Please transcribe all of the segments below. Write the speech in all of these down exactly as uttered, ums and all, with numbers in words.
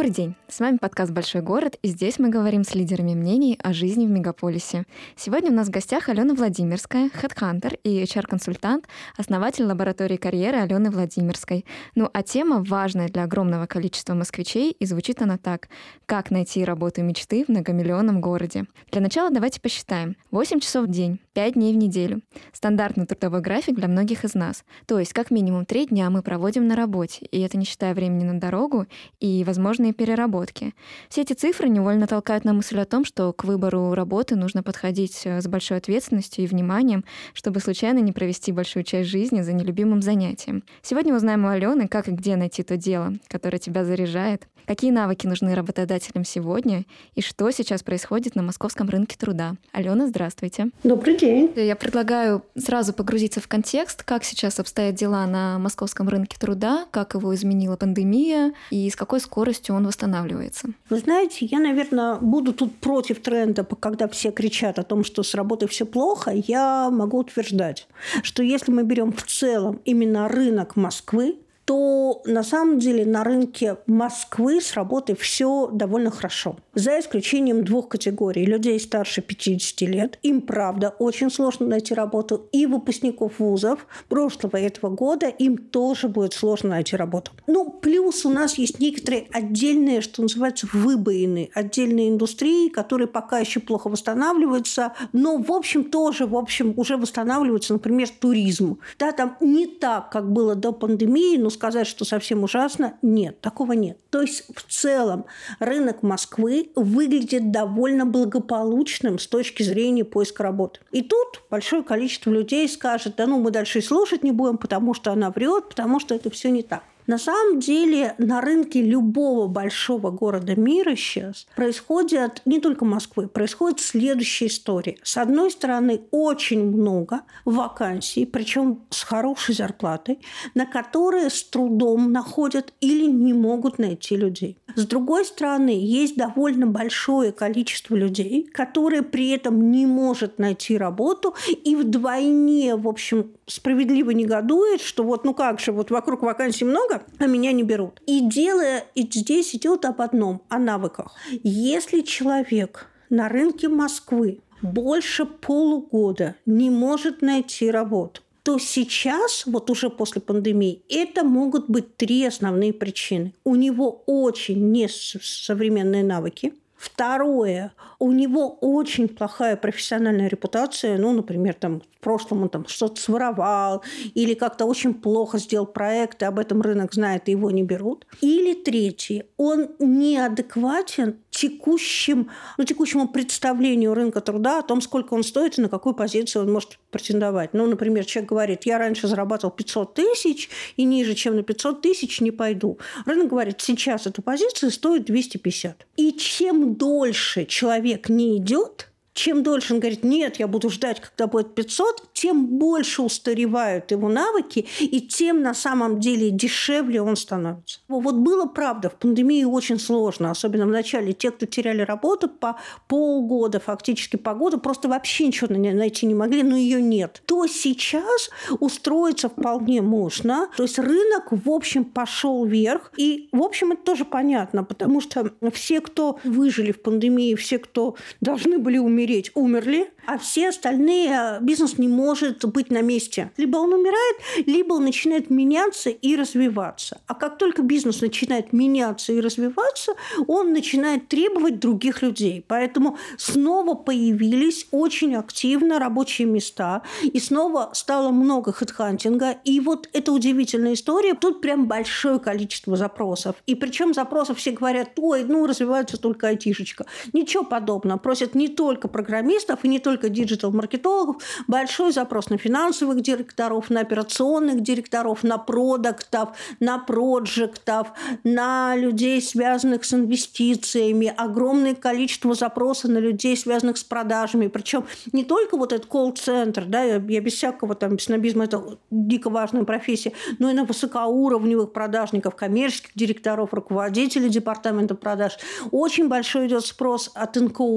Добрый день! С вами подкаст «Большой город», и здесь мы говорим с лидерами мнений о жизни в мегаполисе. Сегодня у нас в гостях Алена Владимирская, хедхантер и эйч ар-консультант, основатель лаборатории карьеры Алены Владимирской. Ну а тема важная для огромного количества москвичей, и звучит она так: «Как найти работу мечты в многомиллионном городе?». Для начала давайте посчитаем. восемь часов в день, пять дней в неделю. Стандартный трудовой график для многих из нас. То есть как минимум три дня мы проводим на работе, и это не считая времени на дорогу и возможные переработки. Все эти цифры невольно толкают на мысль о том, что к выбору работы нужно подходить с большой ответственностью и вниманием, чтобы случайно не провести большую часть жизни за нелюбимым занятием. Сегодня узнаем у Алены, как и где найти то дело, которое тебя заряжает, какие навыки нужны работодателям сегодня и что сейчас происходит на московском рынке труда. Алена, здравствуйте. Добрый день. Я предлагаю сразу погрузиться в контекст, как сейчас обстоят дела на московском рынке труда, как его изменила пандемия и с какой скоростью он восстанавливается. Вы знаете, я, наверное, буду тут против тренда, когда все кричат о том, что с работой все плохо. Я могу утверждать, что если мы берем в целом именно рынок Москвы, то на самом деле на рынке Москвы с работой все довольно хорошо. За исключением двух категорий. Людей старше пятидесяти лет. Им, правда, очень сложно найти работу. И выпускников вузов прошлого и этого года им тоже будет сложно найти работу. Ну, плюс у нас есть некоторые отдельные, что называется, выбоины. Отдельные индустрии, которые пока еще плохо восстанавливаются. Но, в общем, тоже, в общем, уже восстанавливаются, например, туризм. Да, там не так, как было до пандемии, но сказать, что совсем ужасно, нет, такого нет. То есть в целом рынок Москвы выглядит довольно благополучным с точки зрения поиска работы. И тут большое количество людей скажет: да ну мы дальше и слушать не будем, потому что она врет, потому что это все не так. На самом деле на рынке любого большого города мира сейчас происходит, не только Москвы, происходит следующая история. С одной стороны, очень много вакансий, причем с хорошей зарплатой, на которые с трудом находят или не могут найти людей. С другой стороны, есть довольно большое количество людей, которые при этом не может найти работу и вдвойне, в общем, справедливо негодует, что вот ну как же, вот вокруг вакансий много, а меня не берут. И дело и здесь идет об одном, о навыках. Если человек на рынке Москвы больше полугода не может найти работу, то сейчас, вот уже после пандемии, это могут быть три основные причины. У него очень несовременные навыки. Второе, у него очень плохая профессиональная репутация. Ну, например, там, в прошлом он там что-то своровал или как-то очень плохо сделал проект, и об этом рынок знает, и его не берут. Или третье, он неадекватен текущим, ну, текущему представлению рынка труда о том, сколько он стоит и на какую позицию он может претендовать. Ну, например, человек говорит: я раньше зарабатывал пятьсот тысяч, и ниже, чем на пятьсот тысяч, не пойду. Рынок говорит: сейчас эта позиция стоит двести пятьдесят. И чем дольше человек не идет, чем дольше он говорит: нет, я буду ждать, когда будет пятьсот, тем больше устаревают его навыки, и тем на самом деле дешевле он становится. Вот было, правда, в пандемии очень сложно, особенно в начале. Те, кто теряли работу по полгода, фактически по году, просто вообще ничего найти не могли, но ее нет. То сейчас устроиться вполне можно. То есть рынок, в общем, пошел вверх. И, в общем, это тоже понятно, потому что все, кто выжили в пандемии, все, кто должны были умереть, умерли, а все остальные бизнес не может быть на месте. Либо он умирает, либо он начинает меняться и развиваться. А как только бизнес начинает меняться и развиваться, он начинает требовать других людей. Поэтому снова появились очень активно рабочие места, и снова стало много хедхантинга. И вот это удивительная история. Тут прям большое количество запросов. И причем запросов все говорят: ой, ну развивается только айтишечка. Ничего подобного. Просят не только программистов и не только диджитал-маркетологов. Большой запрос на финансовых директоров, на операционных директоров, на продуктов, на проджектов, на людей, связанных с инвестициями. Огромное количество запросов на людей, связанных с продажами. Причем не только вот этот колл-центр, да, я без всякого там снобизма, это дико важная профессия, но и на высокоуровневых продажников, коммерческих директоров, руководителей департамента продаж. Очень большой идет спрос от эн ка о.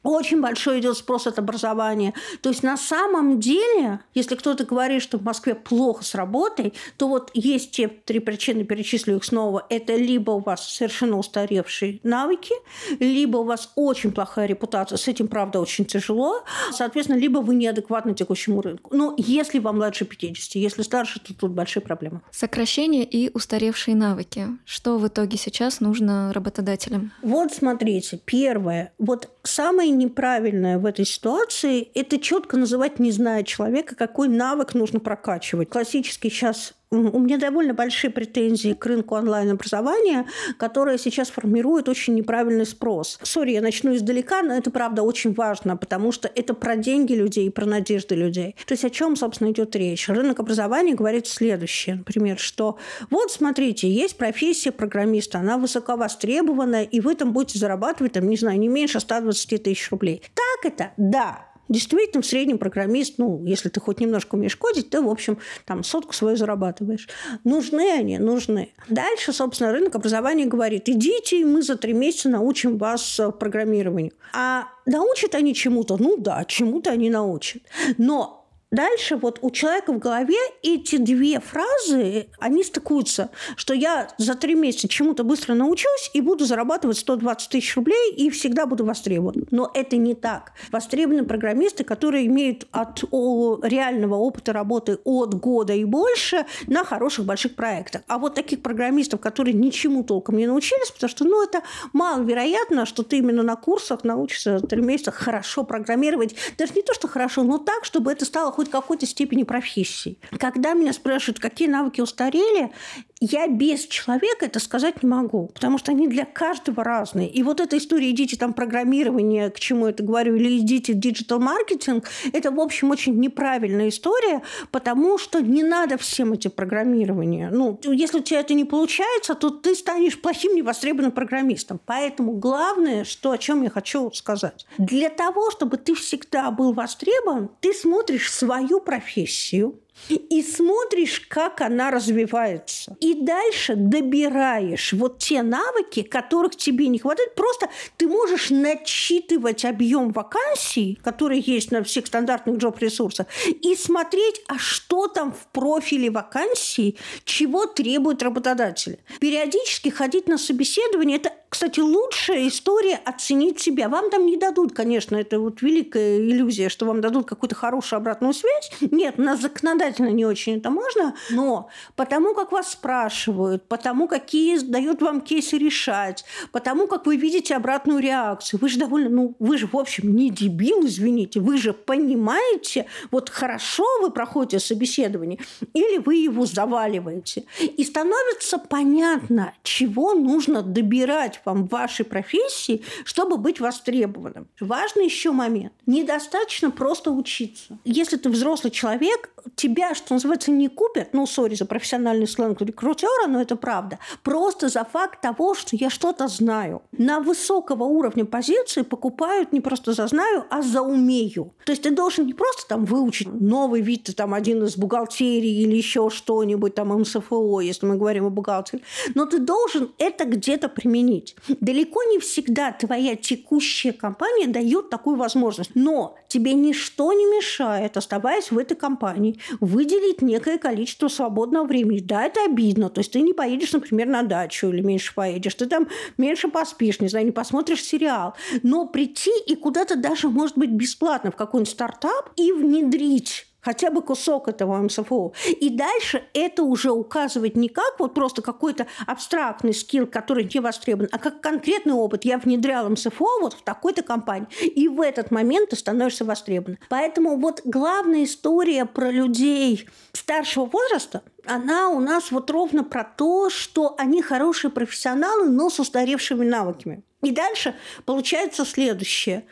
Очень большой идет спрос от образования. То есть на самом деле, если кто-то говорит, что в Москве плохо с работой, то вот есть те три причины, перечислю их снова. Это либо у вас совершенно устаревшие навыки, либо у вас очень плохая репутация, с этим, правда, очень тяжело. Соответственно, либо вы неадекватны текущему рынку. Но если вам младше пятидесяти, если старше, то тут большие проблемы. Сокращение и устаревшие навыки. Что в итоге сейчас нужно работодателям? Вот смотрите, первое. Вот самое неправильное в этой ситуации – это четко называть, не зная человека, какой навык нужно прокачивать. Классический сейчас у меня довольно большие претензии к рынку онлайн-образования, которое сейчас формирует очень неправильный спрос. Сори, я начну издалека, но это, правда, очень важно, потому что это про деньги людей и про надежды людей. То есть о чем, собственно, идет речь? Рынок образования говорит следующее, например, что вот, смотрите, есть профессия программиста, она высоко востребованная, и вы там будете зарабатывать, там, не знаю, не меньше ста двадцати тысяч рублей. Так это? Да. Действительно, в среднем программист, ну, если ты хоть немножко умеешь кодить, ты, в общем, там сотку свою зарабатываешь. Нужны они? Нужны. Дальше, собственно, рынок образования говорит, идите, и мы за три месяца научим вас программированию. А научат они чему-то? Ну да, чему-то они научат. Но дальше вот у человека в голове эти две фразы, они стыкуются, что я за три месяца чему-то быстро научусь и буду зарабатывать сто двадцать тысяч рублей и всегда буду востребован. Но это не так. Востребованы программисты, которые имеют от о, реального опыта работы от года и больше на хороших больших проектах. А вот таких программистов, которые ничему толком не научились, потому что ну, это маловероятно, что ты именно на курсах научишься за три месяца хорошо программировать. Даже не то, что хорошо, но так, чтобы это стало хоть какой-то степени профессии. Когда меня спрашивают, какие навыки устарели, я без человека это сказать не могу, потому что они для каждого разные. И вот эта история «идите там программирование», к чему я это говорю, или «идите диджитал-маркетинг», это, в общем, очень неправильная история, потому что не надо всем эти программирования. Ну, если у тебя это не получается, то ты станешь плохим невостребованным программистом. Поэтому главное, что, о чем я хочу сказать. Для того, чтобы ты всегда был востребован, ты смотришь свою профессию, и смотришь, как она развивается. И дальше добираешь вот те навыки, которых тебе не хватает. Просто ты можешь начитывать объем вакансий, которые есть на всех стандартных джоб-ресурсах, и смотреть, а что там в профиле вакансии, чего требует работодатель. Периодически ходить на собеседование – это, кстати, лучшая история оценить себя. Вам там не дадут, конечно, это вот великая иллюзия, что вам дадут какую-то хорошую обратную связь. Нет, у нас законодательно не очень это можно, но потому как вас спрашивают, потому какие дают вам кейсы решать, потому как вы видите обратную реакцию, вы же довольно, ну, вы же, в общем, не дебил, извините, вы же понимаете, вот хорошо вы проходите собеседование или вы его заваливаете. И становится понятно, чего нужно добирать вам в вашей профессии, чтобы быть востребованным. Важный еще момент. Недостаточно просто учиться. Если ты взрослый человек, тебя, что называется, не купят, ну, сори за профессиональный сленг рекрутера, но это правда, просто за факт того, что я что-то знаю. На высокого уровня позиции покупают не просто за знаю, а за умею. То есть ты должен не просто там выучить новый вид, там, один из бухгалтерии или еще что-нибудь, там, эм эс эф о, если мы говорим о бухгалтерии, но ты должен это где-то применить. Далеко не всегда твоя текущая компания дает такую возможность, но тебе ничто не мешает, оставаясь в этой компании, выделить некое количество свободного времени. Да, это обидно. То есть ты не поедешь, например, на дачу или меньше поедешь. Ты там меньше поспишь, не знаю, не посмотришь сериал. Но прийти и куда-то даже, может быть, бесплатно в какой-нибудь стартап и внедрить хотя бы кусок этого эм эс эф о. И дальше это уже указывать не как вот просто какой-то абстрактный скилл, который не востребован, а как конкретный опыт. Я внедрял эм эс эф о вот в такой-то компании. И в этот момент ты становишься востребованным. Поэтому вот главная история про людей старшего возраста, она у нас вот ровно про то, что они хорошие профессионалы, но с устаревшими навыками. И дальше получается следующее,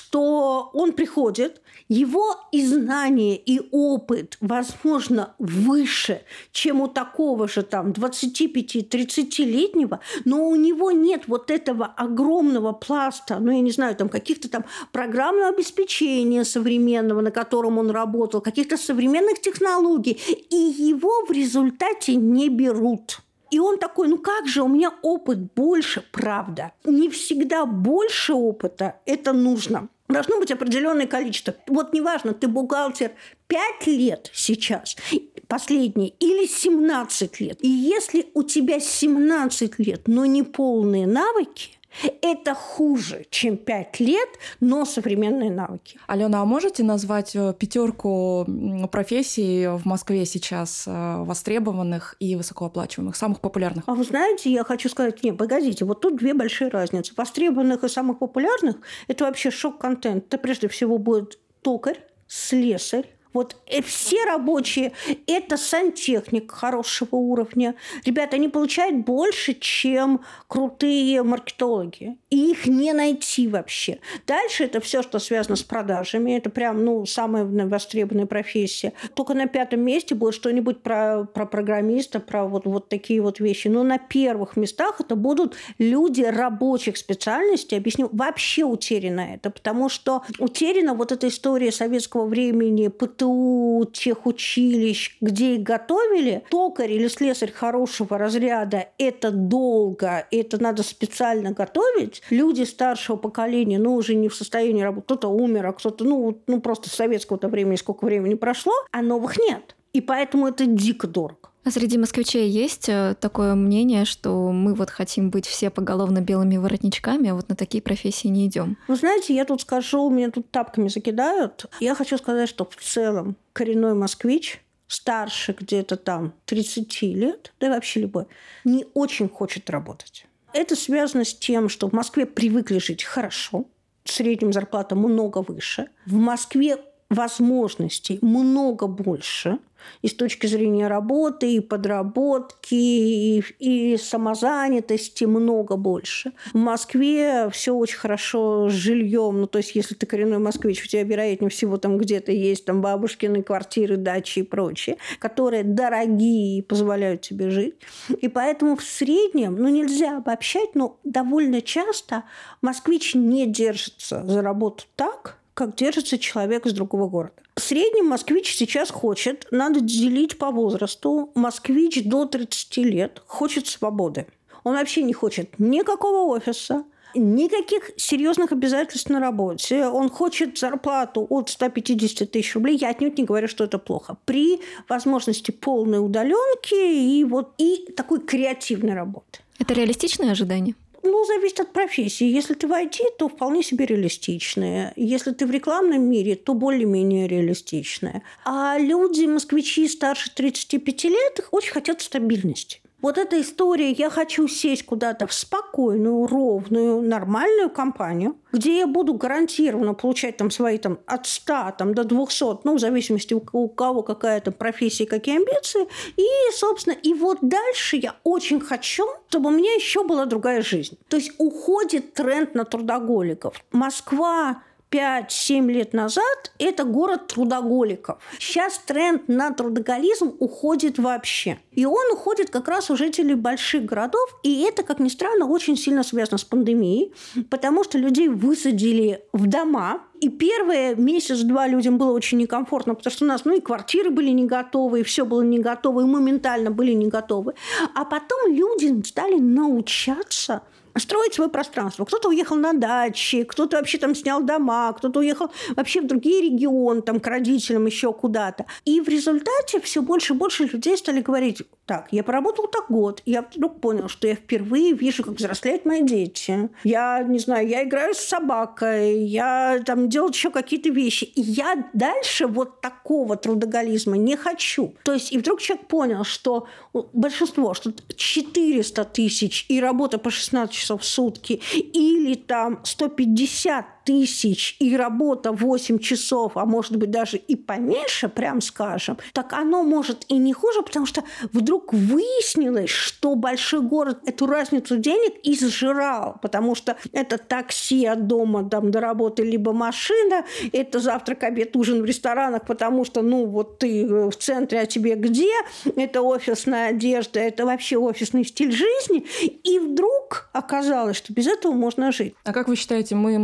что он приходит, его и знания, и опыт, возможно, выше, чем у такого же там двадцати-пяти-тридцатилетнего, но у него нет вот этого огромного пласта, ну, я не знаю, там каких-то там программного обеспечения современного, на котором он работал, каких-то современных технологий, и его в результате не берут. И он такой, ну как же, у меня опыт больше, правда. Не всегда больше опыта – это нужно. Должно быть определенное количество. Вот неважно, ты бухгалтер пять лет сейчас, последний, или семнадцать лет. И если у тебя семнадцать лет, но не полные навыки, это хуже, чем пять лет, но современные навыки. Алена, а можете назвать пятерку профессий в Москве сейчас востребованных и высокооплачиваемых, самых популярных? А вы знаете, я хочу сказать, нет, погодите, вот тут две большие разницы. Востребованных и самых популярных – это вообще шок-контент. Это прежде всего будет токарь, слесарь. Вот все рабочие – это сантехник хорошего уровня. Ребята, они получают больше, чем крутые маркетологи. И их не найти вообще. Дальше это все, что связано с продажами. Это прям, ну, самая востребованная профессия. Только на пятом месте будет что-нибудь про, про программиста, про вот, вот такие вот вещи. Но на первых местах это будут люди рабочих специальностей. Объясню, вообще утеряно это. Потому что утеряна вот эта история советского времени, ПТУ, тех училищ, где их готовили. Токарь или слесарь хорошего разряда – это долго, это надо специально готовить. Люди старшего поколения, ну, уже не в состоянии работать. Кто-то умер, а кто-то, ну, ну просто с советского-то времени сколько времени прошло, а новых нет. И поэтому это дико дорого. А среди москвичей есть такое мнение, что мы вот хотим быть все поголовно белыми воротничками, а вот на такие профессии не идем? Вы знаете, я тут скажу, меня тут тапками закидают. Я хочу сказать, что в целом коренной москвич, старше где-то там тридцать лет, да и вообще любой, не очень хочет работать. Это связано с тем, что в Москве привыкли жить хорошо, средняя зарплата много выше. В Москве возможностей много больше и с точки зрения работы, и подработки, и, и самозанятости много больше. В Москве все очень хорошо с жильем. Ну, то есть, если ты коренной москвич, у тебя, вероятнее всего, там где-то есть там бабушкины квартиры, дачи и прочее, которые дорогие и позволяют тебе жить. И поэтому в среднем, ну, нельзя обобщать, но довольно часто москвич не держится за работу так, как держится человек из другого города. В среднем москвич сейчас хочет, надо делить по возрасту, москвич до тридцати лет хочет свободы. Он вообще не хочет никакого офиса, никаких серьезных обязательств на работе. Он хочет зарплату от ста пятидесяти тысяч рублей. Я отнюдь не говорю, что это плохо. При возможности полной удаленки и, вот, и такой креативной работы. Это реалистичное ожидание? Ну, зависит от профессии. Если ты в ай ти, то вполне себе реалистичные. Если ты в рекламном мире, то более-менее реалистичные. А люди, москвичи старше тридцати пяти лет, очень хотят стабильности. Вот эта история, я хочу сесть куда-то в спокойную, ровную, нормальную компанию, где я буду гарантированно получать там свои там, от ста там, до двухсот, ну, в зависимости у кого какая то профессия, какие амбиции. И, собственно, и вот дальше я очень хочу, чтобы у меня еще была другая жизнь. То есть уходит тренд на трудоголиков. Москва пять-семь лет назад это город трудоголиков. Сейчас тренд на трудоголизм уходит вообще. И он уходит как раз у жителей больших городов. И это, как ни странно, очень сильно связано с пандемией, потому что людей высадили в дома. И первые месяц-два людям было очень некомфортно, потому что у нас ну, и квартиры были не готовы, и все было не готово, и моментально были не готовы. А потом люди стали научаться строить свое пространство. Кто-то уехал на дачи, кто-то вообще там снял дома, кто-то уехал вообще в другие регионы, там, к родителям, еще куда-то. И в результате все больше и больше людей стали говорить: так, я поработал так год, и я вдруг понял, что я впервые вижу, как взрослеют мои дети. Я, не знаю, я играю с собакой, я там делаю еще какие-то вещи. И я дальше вот такого трудоголизма не хочу. То есть, и вдруг человек понял, что большинство, что четыреста тысяч и работа по шестнадцать часов в сутки, или там сто пятьдесят тысяч и работа восемь часов, а может быть даже и поменьше, прям скажем, так оно может и не хуже, потому что вдруг выяснилось, что большой город эту разницу денег изжирал, потому что это такси от дома там, до работы, либо машина, это завтрак, обед, ужин в ресторанах, потому что, ну, вот ты в центре, а тебе где? Это офисная одежда, это вообще офисный стиль жизни. И вдруг оказалось, что без этого можно жить. А как вы считаете, мы могли бы перейти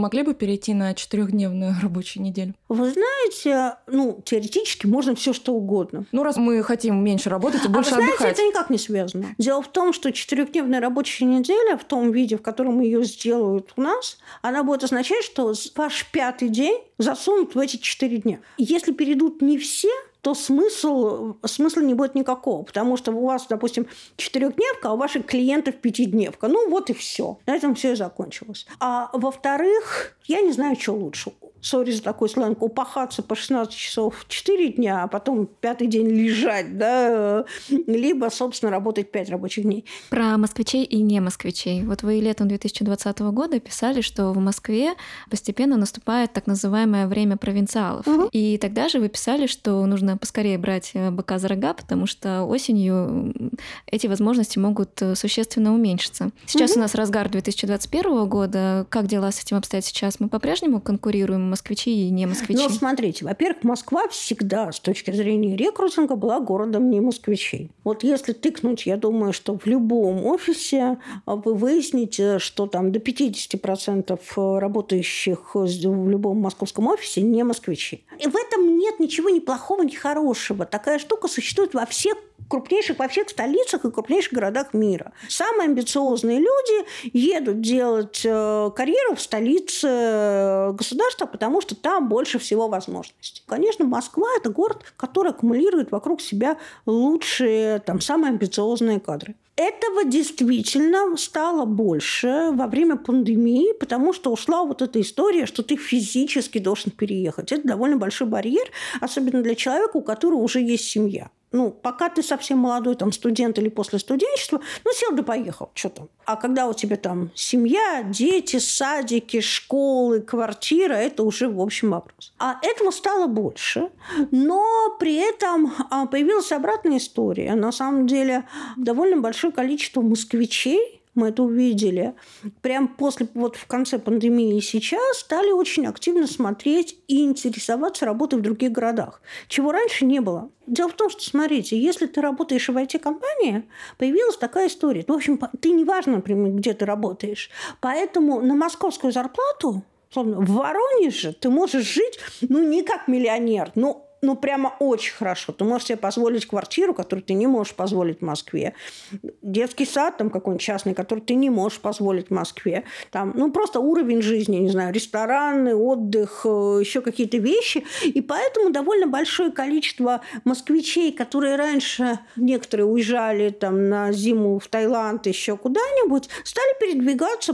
перейти на четырехдневную рабочую неделю? Вы знаете, ну, теоретически можно все что угодно. Ну, раз мы хотим меньше работать и а больше вы знаете, отдыхать. Это никак не связано. Дело в том, что четырехдневная рабочая неделя в том виде, в котором ее сделают у нас, она будет означать, что ваш пятый день засунут в эти четыре дня. Если перейдут не все, то смысл, смысла не будет никакого, потому что у вас, допустим, четырехдневка, а у ваших клиентов пятидневка. Ну, вот и все. На этом все и закончилось. А во-вторых, я не знаю, что лучше. Сори за такой сленг, упахаться по шестнадцать часов четыре дня, а потом пятый день лежать, да, либо, собственно, работать пять рабочих дней. Про москвичей и не москвичей. Вот вы летом две тысячи двадцатого года писали, что в Москве постепенно наступает так называемое время провинциалов. Угу. И тогда же вы писали, что нужно поскорее брать быка за рога, потому что осенью эти возможности могут существенно уменьшиться. Сейчас угу. у нас разгар две тысячи двадцать первого года. Как дела с этим обстоят сейчас? Мы по-прежнему конкурируем москвичи и не москвичи? Ну, смотрите, во-первых, Москва всегда с точки зрения рекрутинга была городом не москвичей. Вот если тыкнуть, я думаю, что в любом офисе вы выясните, что там до пятьдесят процентов работающих в любом московском офисе не москвичи. И в этом нет ничего ни плохого, ни хорошего. Такая штука существует во всех крупнейших, во всех столицах и крупнейших городах мира. Самые амбициозные люди едут делать карьеру в столице государства, потому что там больше всего возможностей. Конечно, Москва – это город, который аккумулирует вокруг себя лучшие, там, самые амбициозные кадры. Этого действительно стало больше во время пандемии, потому что ушла вот эта история, что ты физически должен переехать. Это довольно большой барьер, особенно для человека, у которого уже есть семья. Ну, пока ты совсем молодой, там, студент или после студенчества, ну, сел да поехал, что там. А когда у тебя там семья, дети, садики, школы, квартира, это уже, в общем, вопрос. А этого стало больше, но при этом появилась обратная история. На самом деле, довольно большое количество москвичей, мы это увидели, прямо после, вот в конце пандемии и сейчас стали очень активно смотреть и интересоваться работой в других городах, чего раньше не было. Дело в том, что, смотрите, если ты работаешь в ай ти-компании, появилась такая история. В общем, ты неважно, например, где ты работаешь. Поэтому на московскую зарплату, словно в Воронеже, ты можешь жить, ну, не как миллионер, но ну, прямо очень хорошо. Ты можешь себе позволить квартиру, которую ты не можешь позволить в Москве. Детский сад там какой-нибудь частный, который ты не можешь позволить в Москве. Там, ну, просто уровень жизни, не знаю, рестораны, отдых, еще какие-то вещи. И поэтому довольно большое количество москвичей, которые раньше некоторые уезжали там на зиму в Таиланд, еще куда-нибудь, стали передвигаться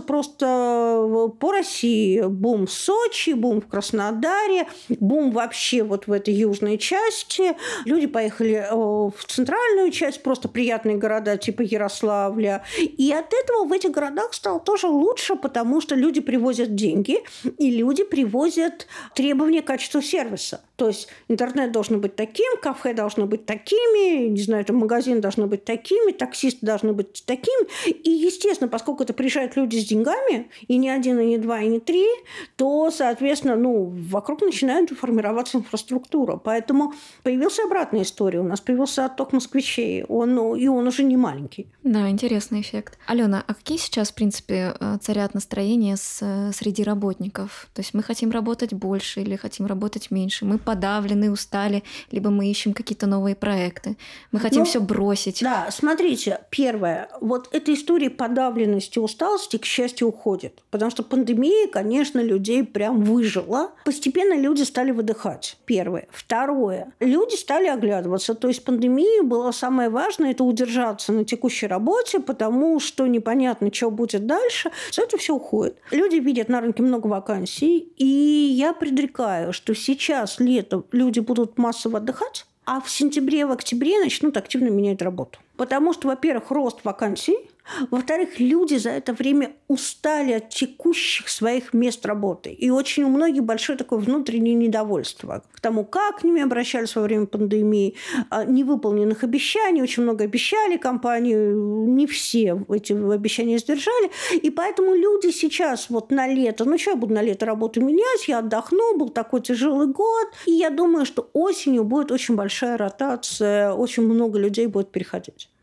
просто по России. Бум в Сочи, бум в Краснодаре, бум вообще вот в этой южной части. Люди поехали в центральную часть, просто приятные города типа Ярославля. И от этого в этих городах стало тоже лучше, потому что люди привозят деньги, и люди привозят требования к качеству сервиса. То есть интернет должен быть таким, кафе должно быть такими, не знаю, там магазин должны быть такими, таксисты должны быть такими. И, естественно, поскольку это приезжают люди с деньгами, и не один, и не два, и не три, то, соответственно, ну, вокруг начинает формироваться инфраструктура. Поэтому появилась обратная история. У нас появился отток москвичей, он, ну, и он уже не маленький. Да, интересный эффект. Алена, а какие сейчас, в принципе, царят настроения с, среди работников? То есть мы хотим работать больше или хотим работать меньше? Мы подавлены, устали, либо мы ищем какие-то новые проекты. Мы хотим ну, все бросить. Да, смотрите, первое, вот эта история подавленности, усталости, к счастью, уходит. Потому что пандемия, конечно, людей прям выжила. Постепенно люди стали выдыхать. Первое. Второе. Люди стали оглядываться. То есть пандемия была самое важное, это удержаться на текущей работе, потому что непонятно, что будет дальше. За это все уходит. Люди видят на рынке много вакансий, и я предрекаю, что сейчас летом люди будут массово отдыхать, а в сентябре, в октябре начнут активно менять работу. Потому что, во-первых, рост вакансий, во-вторых, люди за это время устали от текущих своих мест работы. И очень у многих большое такое внутреннее недовольство к тому, как к ними обращались во время пандемии, невыполненных обещаний. Очень много обещали компании, не все эти обещания сдержали. И поэтому люди сейчас вот на лето, ну что я буду на лето работу менять, я отдохну, был такой тяжелый год. И я думаю, что осенью будет очень большая ротация, очень много людей будет переходить.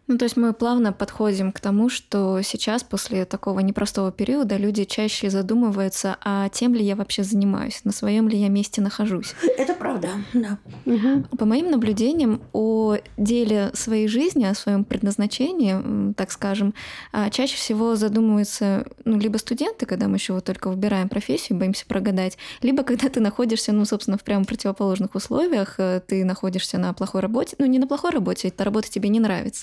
Ну, то есть мы плавно подходим к тому, что сейчас, после такого непростого периода, люди чаще задумываются, а тем ли я вообще занимаюсь, на своем ли я месте нахожусь. Это правда, да. Угу. По моим наблюдениям, о деле своей жизни, о своем предназначении, так скажем, чаще всего задумываются ну, либо студенты, когда мы еще вот только выбираем профессию, боимся прогадать, либо когда ты находишься, ну, собственно, в прямо противоположных условиях, ты находишься на плохой работе, ну, не на плохой работе, эта работа тебе не нравится.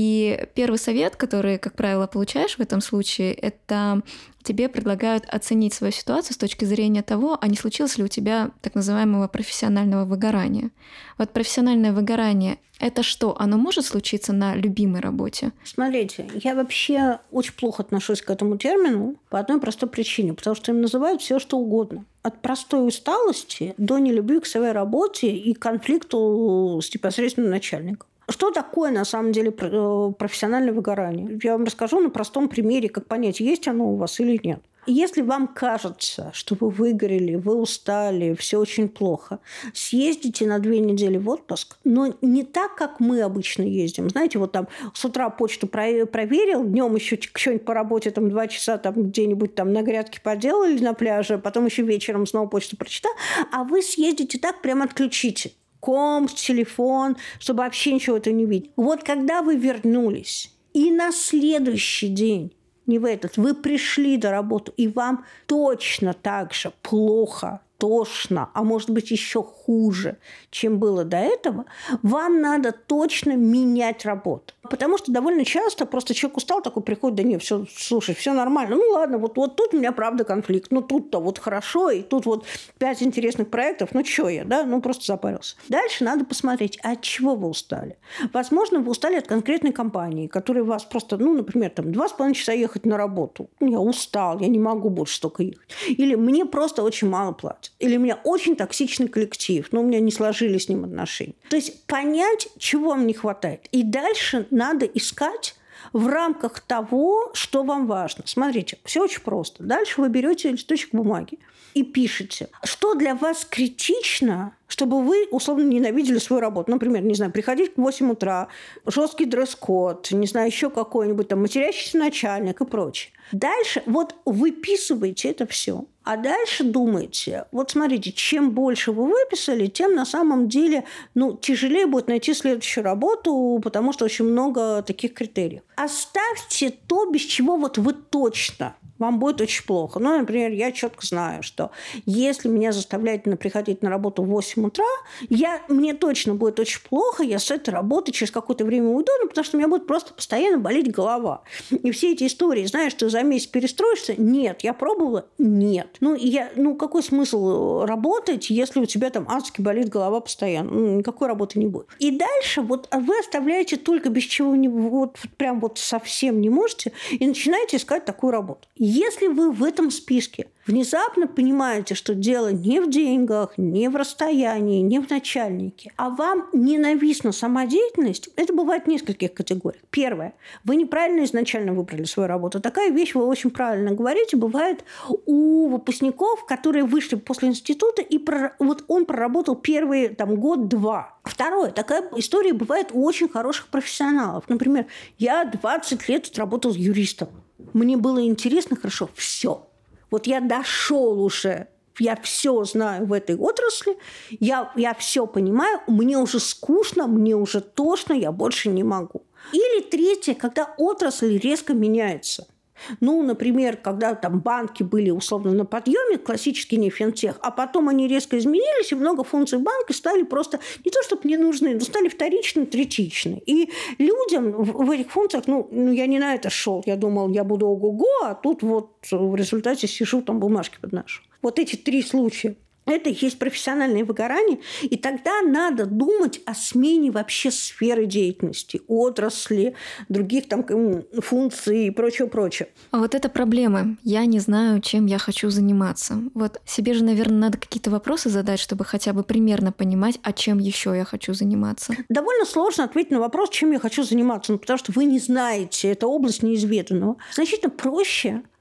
И первый совет, который, как правило, получаешь в этом случае, это тебе предлагают оценить свою ситуацию с точки зрения того, а не случилось ли у тебя так называемого профессионального выгорания. Вот профессиональное выгорание — это что? Оно может случиться на любимой работе? Смотрите, я вообще очень плохо отношусь к этому термину по одной простой причине, потому что им называют все что угодно. От простой усталости до нелюбви к своей работе и конфликту с непосредственным начальником. Что такое, на самом деле, профессиональное выгорание? Я вам расскажу на простом примере, как понять, есть оно у вас или нет. Если вам кажется, что вы выгорели, вы устали, все очень плохо, съездите на две недели в отпуск, но не так, как мы обычно ездим. Знаете, вот там с утра почту проверил, днем еще что-нибудь по работе, там два часа там где-нибудь там на грядке поделали на пляже, потом еще вечером снова почту прочитал, а вы съездите так, прям отключите комп, телефон, чтобы вообще ничего этого не видеть. Вот когда вы вернулись, и на следующий день, не в этот, вы пришли до работы, и вам точно так же плохо, тошно, а может быть еще хуже, чем было до этого, вам надо точно менять работу. Потому что довольно часто просто человек устал, такой приходит, да нет, все, слушай, все нормально. Ну ладно, вот, вот тут у меня правда конфликт. Ну тут-то вот хорошо, и тут вот пять интересных проектов. Ну что я, да? Ну просто запарился. Дальше надо посмотреть, от чего вы устали. Возможно, вы устали от конкретной компании, которая вас просто, ну, например, там два с половиной часа ехать на работу. Я устал, я не могу больше столько ехать. Или мне просто очень мало платят. Или у меня очень токсичный коллектив, но у меня не сложились с ним отношения. То есть понять, чего вам не хватает. И дальше надо искать в рамках того, что вам важно. Смотрите, все очень просто. Дальше вы берете листочек бумаги и пишете, что для вас критично, чтобы вы, условно, ненавидели свою работу. Например, не знаю, приходить в восемь утра, жесткий дресс-код, не знаю, еще какой-нибудь там матерящийся начальник и прочее. Дальше вот выписываете это все. А дальше думаете, вот смотрите, чем больше вы выписали, тем на самом деле ну, тяжелее будет найти следующую работу, потому что очень много таких критериев. Оставьте то, без чего вот вы точно вам будет очень плохо. Ну, например, я четко знаю, что если меня заставляют приходить на работу в восемь утра, я, мне точно будет очень плохо, я с этой работы через какое-то время уйду, ну, потому что у меня будет просто постоянно болеть голова. И все эти истории, знаешь, ты за месяц перестроишься? Нет. Я пробовала? Нет. Ну, я, ну, какой смысл работать, если у тебя там адски болит голова постоянно? Ну, никакой работы не будет. И дальше вот вы оставляете только без чего не, вот прям вот совсем не можете и начинаете искать такую работу. Если вы в этом списке внезапно понимаете, что дело не в деньгах, не в расстоянии, не в начальнике, а вам ненавистна сама деятельность, это бывает в нескольких категориях. Первое. Вы неправильно изначально выбрали свою работу. Такая вещь, вы очень правильно говорите, бывает у выпускников, которые вышли после института, и прор... вот он проработал первый там, год-два. Второе. Такая история бывает у очень хороших профессионалов. Например, я двадцать лет отработал юристом. Мне было интересно, хорошо, все. Вот я дошел уже, я все знаю в этой отрасли, я, я все понимаю, мне уже скучно, мне уже тошно, я больше не могу. Или третье, когда отрасль резко меняется. Ну, например, когда там банки были условно на подъеме, классический не финтех, а потом они резко изменились, и много функций банка стали просто не то чтобы не нужны, но стали вторичны, третичны. И людям в, в этих функциях, ну, ну, я не на это шел, я думал, я буду ого-го, а тут вот в результате сижу, там бумажки подношу. Вот эти три случая. Это и есть профессиональное выгорание, и тогда надо думать о смене вообще сферы деятельности, отрасли, других там функций и прочее-прочее. А вот это проблема. Я не знаю, чем я хочу заниматься. Вот себе же, наверное, надо какие-то вопросы задать, чтобы хотя бы примерно понимать, а чем еще я хочу заниматься. Довольно сложно ответить на вопрос, чем я хочу заниматься, ну, потому что вы не знаете, это область неизведанного. Значительно проще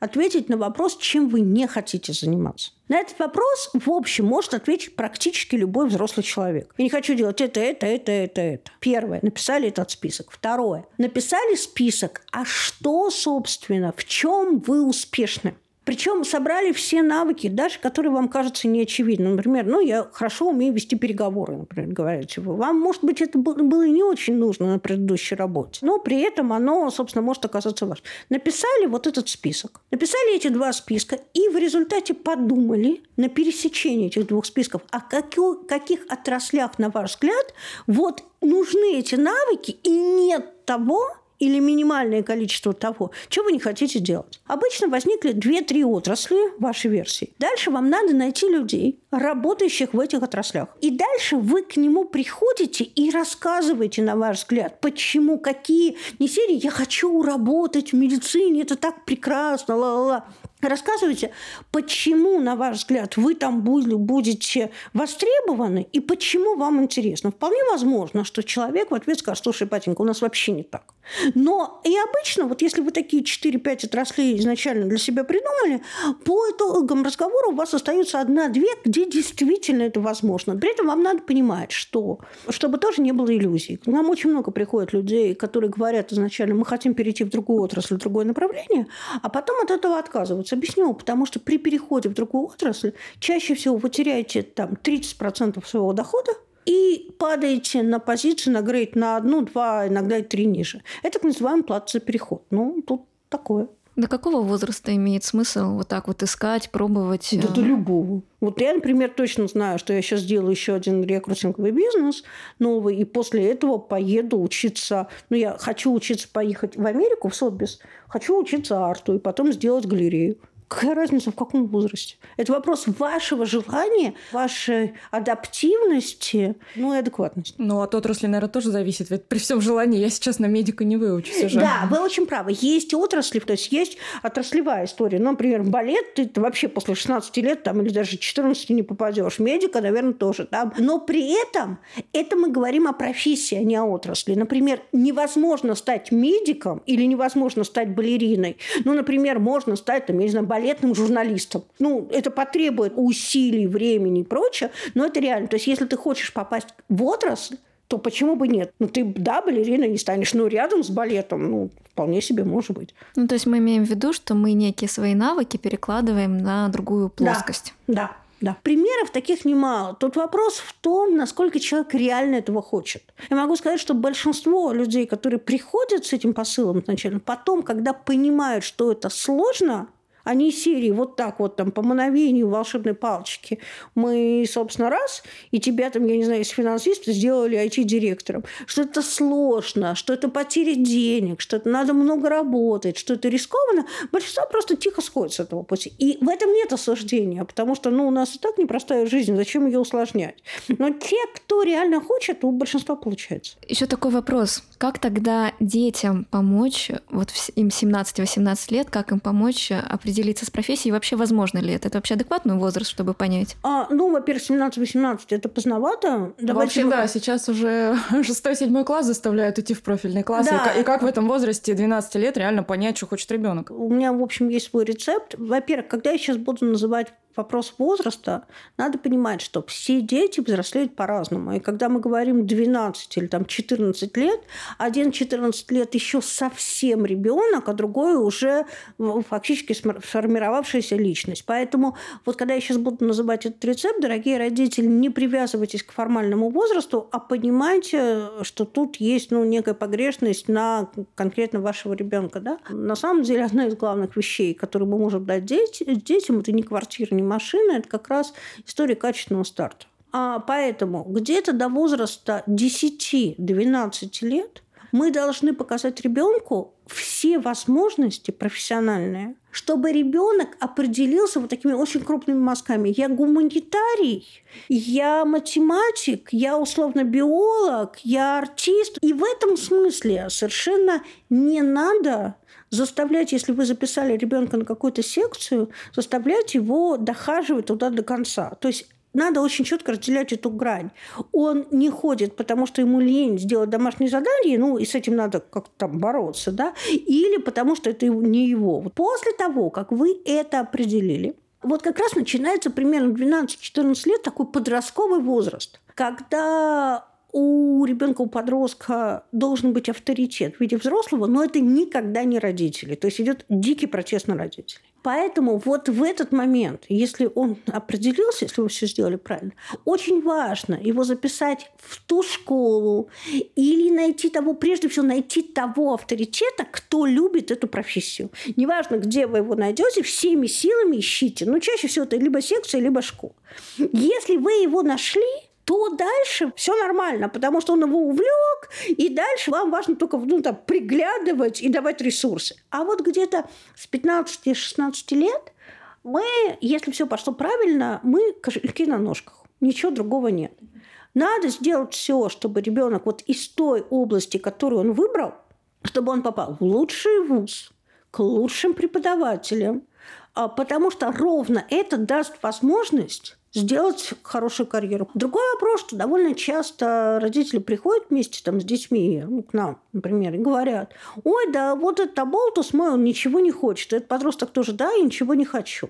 ответить на вопрос, чем вы не хотите заниматься. На этот вопрос, в общем, может ответить практически любой взрослый человек. Я не хочу делать это, это, это, это, это. Первое. Написали этот список. Второе. Написали список, а что, собственно, в чем вы успешны? Причем собрали все навыки, даже которые вам кажутся неочевидными. Например, ну, я хорошо умею вести переговоры, например, говорите вы. Вам, может быть, это было не очень нужно на предыдущей работе, но при этом оно, собственно, может оказаться важным. Написали вот этот список. Написали эти два списка и в результате подумали на пересечении этих двух списков, о каких, каких отраслях, на ваш взгляд, вот нужны эти навыки и нет того, или минимальное количество того, чего вы не хотите делать. Обычно возникли две-три отрасли в вашей версии. Дальше вам надо найти людей, работающих в этих отраслях. И дальше вы к нему приходите и рассказываете, на ваш взгляд, почему, какие... Не серии «я хочу работать в медицине, это так прекрасно, ла-ла-ла». Рассказывайте, почему, на ваш взгляд, вы там будете востребованы и почему вам интересно. Вполне возможно, что человек в ответ скажет: слушай, батенька, у нас вообще не так. Но и обычно, вот если вы такие четыре-пять отраслей изначально для себя придумали, по итогам разговора у вас остается одна-две, где действительно это возможно. При этом вам надо понимать, что, чтобы тоже не было иллюзий. К нам очень много приходит людей, которые говорят изначально: мы хотим перейти в другую отрасль, в другое направление, а потом от этого отказываются. Объясню, потому что при переходе в другую отрасль чаще всего вы теряете там тридцать процентов своего дохода и падаете на позицию, на грейд на одну, два, иногда и три ниже. Это так называемый плата за переход. Ну, тут такое. До какого возраста имеет смысл вот так вот искать, пробовать? Да до любого. Вот я, например, точно знаю, что я сейчас делаю еще один рекрутинговый бизнес новый, и после этого поеду учиться. Ну, я хочу учиться поехать в Америку, в Сотбис, хочу учиться арту, и потом сделать галерею. Какая разница, в каком возрасте? Это вопрос вашего желания, вашей адаптивности, ну и адекватности. Ну, от отрасли, наверное, тоже зависит. Ведь при всем желании я сейчас на медика не выучусь уже. Да, вы очень правы. Есть отрасли, то есть есть отраслевая история. Ну, например, балет, ты вообще после шестнадцати лет там, или даже четырнадцати не попадешь. Медика, наверное, тоже. Да? Но при этом это мы говорим о профессии, а не о отрасли. Например, невозможно стать медиком или невозможно стать балериной. Ну, например, можно стать, там, я не знаю, балетным журналистом. Ну, это потребует усилий, времени и прочее, но это реально. То есть, если ты хочешь попасть в отрасль, то почему бы нет? Ну, ты, да, балериной не станешь, но рядом с балетом, ну, вполне себе может быть. Ну, то есть, мы имеем в виду, что мы некие свои навыки перекладываем на другую плоскость. Да, да. Да. Примеров таких немало. Тут вопрос в том, насколько человек реально этого хочет. Я могу сказать, что большинство людей, которые приходят с этим посылом изначально, потом, когда понимают, что это сложно, они из серии вот так вот там по мановению волшебной палочки мы, собственно, раз, и тебя там, я не знаю, из финансиста сделали ай ти-директором. Что это сложно, что это потеря денег, что это надо много работать, что это рискованно. Большинство просто тихо сходит с этого пути. И в этом нет осуждения, потому что ну, у нас и так непростая жизнь, зачем ее усложнять? Но те, кто реально хочет, у большинства получается. Еще такой вопрос. Как тогда детям помочь, вот им семнадцать-восемнадцать лет, как им помочь определить, делиться с профессией, вообще возможно ли это? Это вообще адекватный возраст, чтобы понять? А, ну, во-первых, семнадцать-восемнадцать это поздновато. Давайте... Вообще, да, сейчас уже шестой-седьмой класс заставляют идти в профильный класс. Да. И, и как в этом возрасте двенадцати лет реально понять, что хочет ребенок? У меня, в общем, есть свой рецепт. Во-первых, когда я сейчас буду называть вопрос возраста, надо понимать, что все дети взрослеют по-разному. И когда мы говорим двенадцать или там четырнадцать лет, один четырнадцать лет еще совсем ребенок, а другой уже фактически сформировавшаяся личность. Поэтому вот когда я сейчас буду называть этот рецепт, дорогие родители, не привязывайтесь к формальному возрасту, а понимайте, что тут есть ну, некая погрешность на конкретно вашего ребенка. Да? На самом деле, одна из главных вещей, которые мы можем дать детям, это не квартира, не машина, это как раз история качественного старта. А поэтому где-то до возраста десяти-двенадцати лет мы должны показать ребенку все возможности профессиональные, чтобы ребенок определился вот такими очень крупными мазками. Я гуманитарий, я математик, я условно биолог, я артист. И в этом смысле совершенно не надо заставлять, если вы записали ребенка на какую-то секцию, заставлять его дохаживать туда до конца. То есть надо очень четко разделять эту грань. Он не ходит, потому что ему лень сделать домашнее задание, ну, и с этим надо как-то там бороться, да, или потому что это не его. После того, как вы это определили, вот как раз начинается примерно двенадцать-четырнадцать лет такой подростковый возраст, когда у ребенка, у подростка должен быть авторитет в виде взрослого, но это никогда не родители. То есть идет дикий протест на родителей. Поэтому вот в этот момент, если он определился, если вы все сделали правильно, очень важно его записать в ту школу или найти того, прежде всего найти того авторитета, кто любит эту профессию. Неважно, где вы его найдете, всеми силами ищите. Но чаще всего это либо секция, либо школа. Если вы его нашли, то дальше все нормально, потому что он его увлек, и дальше вам важно только ну, там, приглядывать и давать ресурсы. А вот где-то с пятнадцати-шестнадцати лет мы, если все пошло правильно, мы кошельки на ножках. Ничего другого нет. Надо сделать все, чтобы ребенок вот из той области, которую он выбрал, чтобы он попал в лучший вуз, к лучшим преподавателям, потому что ровно это даст возможность сделать хорошую карьеру. Другой вопрос, что довольно часто родители приходят вместе там, с детьми, ну, к нам, например, и говорят: ой, да вот этот оболтус мой, он ничего не хочет. Этот подросток тоже, да, я ничего не хочу.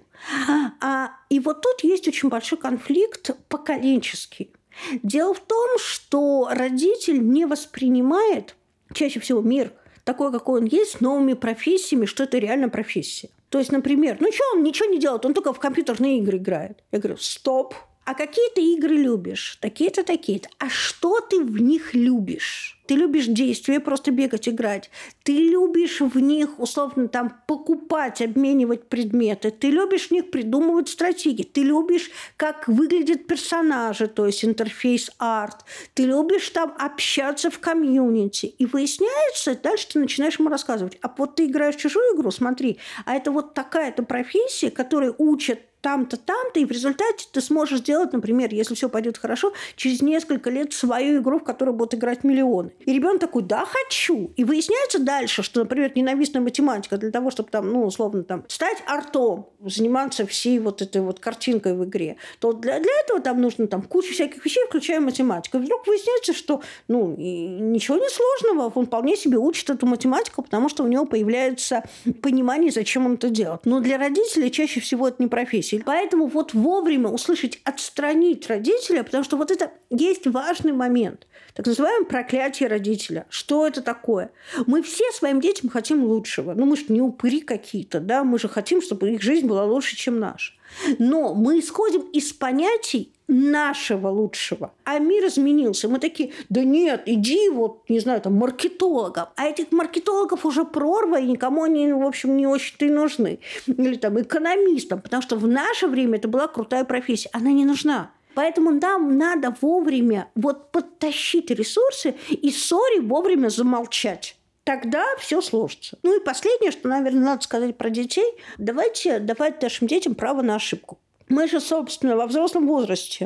А, и вот тут есть очень большой конфликт поколенческий. Дело в том, что родитель не воспринимает чаще всего мир такой, какой он есть, с новыми профессиями, что это реально профессия. То есть, например, ну что, он ничего не делает, он только в компьютерные игры играет. Я говорю: стоп. А какие ты игры любишь? Такие-то, такие-то. А что ты в них любишь? Ты любишь действия, просто бегать, играть. Ты любишь в них, условно, там, покупать, обменивать предметы. Ты любишь в них придумывать стратегии. Ты любишь, как выглядят персонажи, то есть интерфейс-арт. Ты любишь там общаться в комьюнити. И выясняется, дальше ты начинаешь ему рассказывать: а вот ты играешь в чужую игру, смотри, а это вот такая-то профессия, которая учат там-то, там-то, и в результате ты сможешь сделать, например, если все пойдет хорошо, через несколько лет свою игру, в которой будут играть миллионы. И ребенок такой: да, хочу. И выясняется дальше, что, например, ненавистная математика для того, чтобы там, ну, условно, там, стать артом, заниматься всей вот этой вот картинкой в игре, то для, для этого там нужно там куча всяких вещей, включая математику. И вдруг выясняется, что, ну, и ничего не сложного, он вполне себе учит эту математику, потому что у него появляется понимание, зачем он это делает. Но для родителей чаще всего это не профессия. Поэтому вот вовремя услышать, отстранить родителя, потому что вот это есть важный момент. Так называемое проклятие родителя. Что это такое? Мы все своим детям хотим лучшего. Ну, мы же не упыри какие-то, да? Мы же хотим, чтобы их жизнь была лучше, чем наша. Но мы исходим из понятий нашего лучшего. А мир изменился. Мы такие: да нет, иди вот, не знаю, там, маркетологам. А этих маркетологов уже прорва, и никому они, в общем, не очень-то и нужны. Или там экономистам. Потому что в наше время это была крутая профессия. Она не нужна. Поэтому нам надо вовремя вот подтащить ресурсы и ссоре вовремя замолчать. Тогда все сложится. Ну и последнее, что, наверное, надо сказать про детей. Давайте давать нашим детям право на ошибку. Мы же, собственно, во взрослом возрасте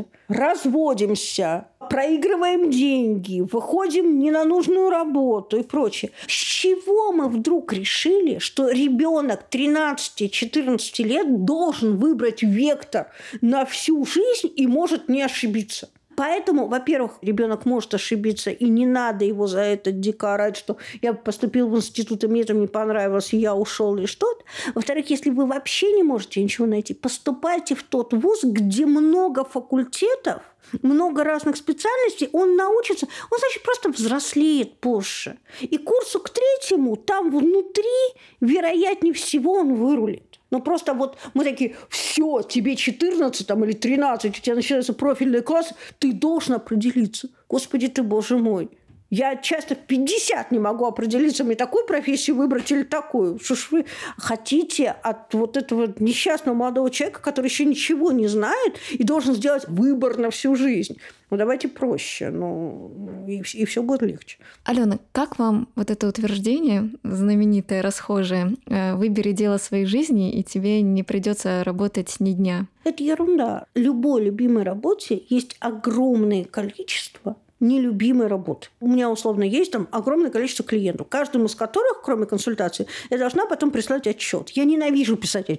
разводимся, проигрываем деньги, выходим не на нужную работу и прочее. С чего мы вдруг решили, что ребенок тринадцати-четырнадцати лет должен выбрать вектор на всю жизнь и может не ошибиться? Поэтому, во-первых, ребенок может ошибиться, и не надо его за это дико орать, что я поступил в институт, и мне там не понравилось, и я ушел или что-то. Во-вторых, если вы вообще не можете ничего найти, поступайте в тот вуз, где много факультетов, много разных специальностей, он научится, он, значит, просто взрослеет позже. И курсу к третьему, там внутри, вероятнее всего, он вырулит. Ну, просто вот мы такие: все, тебе четырнадцать там, или тринадцать, у тебя начинается профильный класс, ты должен определиться. Господи ты, боже мой. Я часто в пятьдесят не могу определиться, мне такую профессию выбрать или такую. Что ж вы хотите от вот этого несчастного молодого человека, который еще ничего не знает и должен сделать выбор на всю жизнь? Ну, давайте проще, ну, и, и все будет легче. Алена, как вам вот это утверждение, знаменитое, расхожее: «Выбери дело своей жизни, и тебе не придется работать ни дня»? Это ерунда. В любой любимой работе есть огромное количество нелюбимой работы. У меня, условно, есть там огромное количество клиентов, каждому из которых, кроме консультации, я должна потом прислать отчет. Я ненавижу писать отчеты.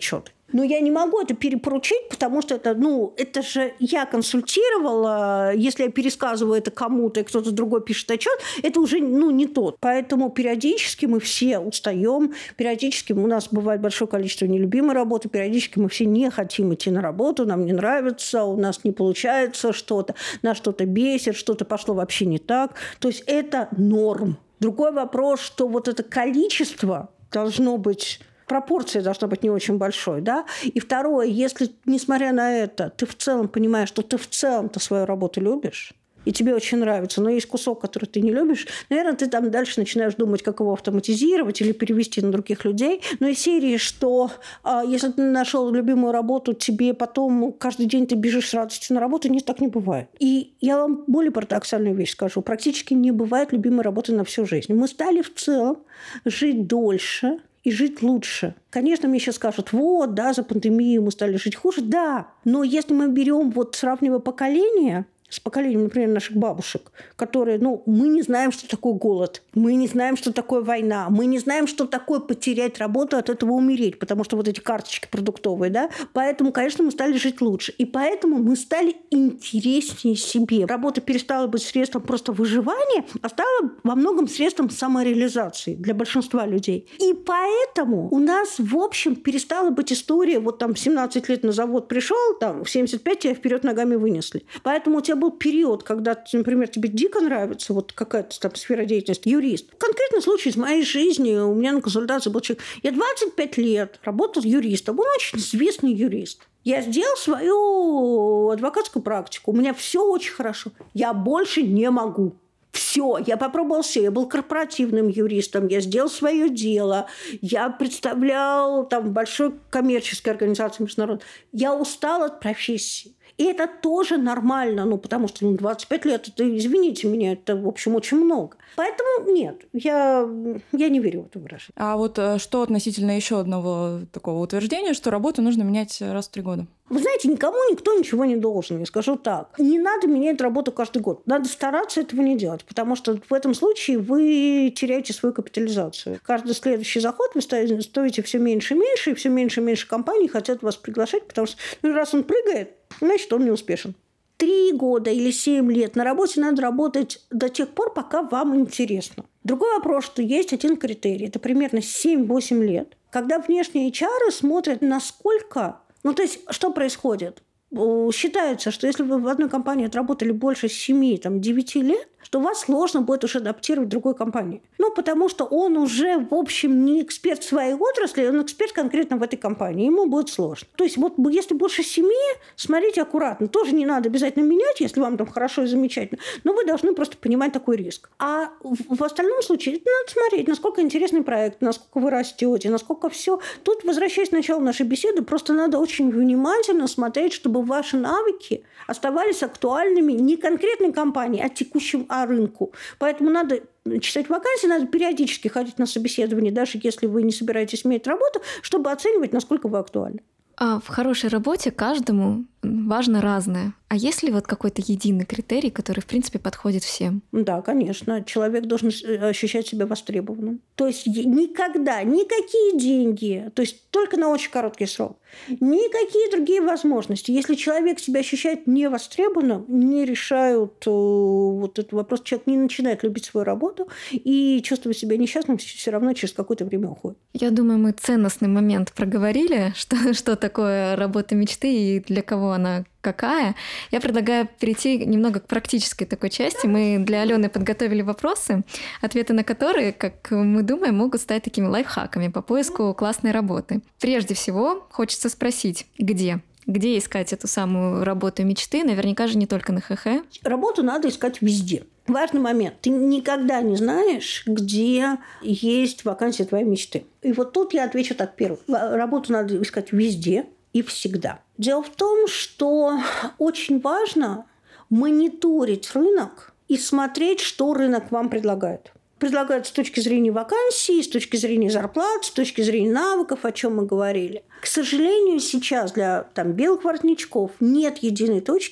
Но я не могу это перепоручить, потому что это, ну, это же я консультировала. Если я пересказываю это кому-то, и кто-то другой пишет отчет, это уже, ну, не тот. Поэтому периодически мы все устаем, периодически у нас бывает большое количество нелюбимой работы, периодически мы все не хотим идти на работу, нам не нравится, у нас не получается что-то, нас что-то бесит, что-то пошло вообще не так. То есть это норм. Другой вопрос, что вот это количество должно быть... Пропорция должна быть не очень большой, да. И второе, если, несмотря на это, ты в целом понимаешь, что ты в целом-то свою работу любишь, и тебе очень нравится, но есть кусок, который ты не любишь, наверное, ты там дальше начинаешь думать, как его автоматизировать или перевести на других людей. Но из серии, что а, если ты нашел любимую работу, тебе потом каждый день ты бежишь с радостью на работу, нет, так не бывает. И я вам более парадоксальную вещь скажу. Практически не бывает любимой работы на всю жизнь. Мы стали в целом жить дольше, и жить лучше. Конечно, мне сейчас скажут, вот, да, за пандемию мы стали жить хуже. Да, но если мы берем, вот сравнивая поколения, с поколением, например, наших бабушек, которые, ну, мы не знаем, что такое голод, мы не знаем, что такое война, мы не знаем, что такое потерять работу, от этого умереть, потому что вот эти карточки продуктовые, да, поэтому, конечно, мы стали жить лучше, и поэтому мы стали интереснее себе. Работа перестала быть средством просто выживания, а стала во многом средством самореализации для большинства людей. И поэтому у нас, в общем, перестала быть история, вот там семнадцать лет на завод пришел, там в семьдесят пять тебя вперед ногами вынесли. Поэтому у тебя был период, когда, например, тебе дико нравится вот какая-то там сфера деятельности, юрист. Конкретный случай из моей жизни. У меня на консультации был человек. Я двадцать пять лет работал юристом. Он очень известный юрист. Я сделал свою адвокатскую практику. У меня все очень хорошо. Я больше не могу. Все, я попробовал все. Я был корпоративным юристом, я сделал свое дело, я представлял там большой коммерческой организации международной. Я устал от профессии. И это тоже нормально, ну, потому что ну, двадцать пять лет, это, извините меня, это, в общем, очень много. Поэтому нет, я, я не верю в это выражение. А вот что относительно еще одного такого утверждения, что работу нужно менять раз в три года? Вы знаете, никому никто ничего не должен, я скажу так. Не надо менять работу каждый год. Надо стараться этого не делать, потому что в этом случае вы теряете свою капитализацию. Каждый следующий заход вы стоите все меньше и меньше, и все меньше и меньше компаний хотят вас приглашать, потому что ну, раз он прыгает, значит, он не успешен. Три года или семь лет на работе надо работать до тех пор, пока вам интересно. Другой вопрос, что есть один критерий. Это примерно семь-восемь лет, когда внешние эйч ар смотрят, насколько... Ну, то есть, что происходит? Считается, что если вы в одной компании отработали больше семи-девяти лет, что вас сложно будет уже адаптировать в другой компании. Ну, потому что он уже, в общем, не эксперт в своей отрасли, он эксперт конкретно в этой компании. Ему будет сложно. То есть, вот если больше семи, смотрите аккуратно. Тоже не надо обязательно менять, если вам там хорошо и замечательно. Но вы должны просто понимать такой риск. А в, в остальном случае это надо смотреть, насколько интересный проект, насколько вы растете, насколько все. Тут, возвращаясь к началу нашей беседы, просто надо очень внимательно смотреть, чтобы ваши навыки оставались актуальными не конкретной компании, а текущим а рынку. Поэтому надо читать вакансии, надо периодически ходить на собеседование, даже если вы не собираетесь менять работу, чтобы оценивать, насколько вы актуальны. А в хорошей работе каждому важно разное. А есть ли вот какой-то единый критерий, который, в принципе, подходит всем? Да, конечно. Человек должен ощущать себя востребованным. То есть никогда, никакие деньги, то есть только на очень короткий срок, никакие другие возможности. Если человек себя ощущает невостребованным, не решают вот этот вопрос, человек не начинает любить свою работу и чувствует себя несчастным, все равно через какое-то время уходит. Я думаю, мы ценностный момент проговорили, что, что такое работа мечты и для кого она какая. Я предлагаю перейти немного к практической такой части. Мы для Алены подготовили вопросы, ответы на которые, как мы думаем, могут стать такими лайфхаками по поиску классной работы. Прежде всего, хочется спросить, где? Где искать эту самую работу мечты? Наверняка же не только на ХХ. Работу надо искать везде. Важный момент. Ты никогда не знаешь, где есть вакансия твоей мечты. И вот тут я отвечу так первым. Работу надо искать везде и всегда. Дело в том, что очень важно мониторить рынок и смотреть, что рынок вам предлагает. Предлагают с точки зрения вакансий, с точки зрения зарплат, с точки зрения навыков, о чем мы говорили. К сожалению, сейчас для там, белых воротничков нет единой точки,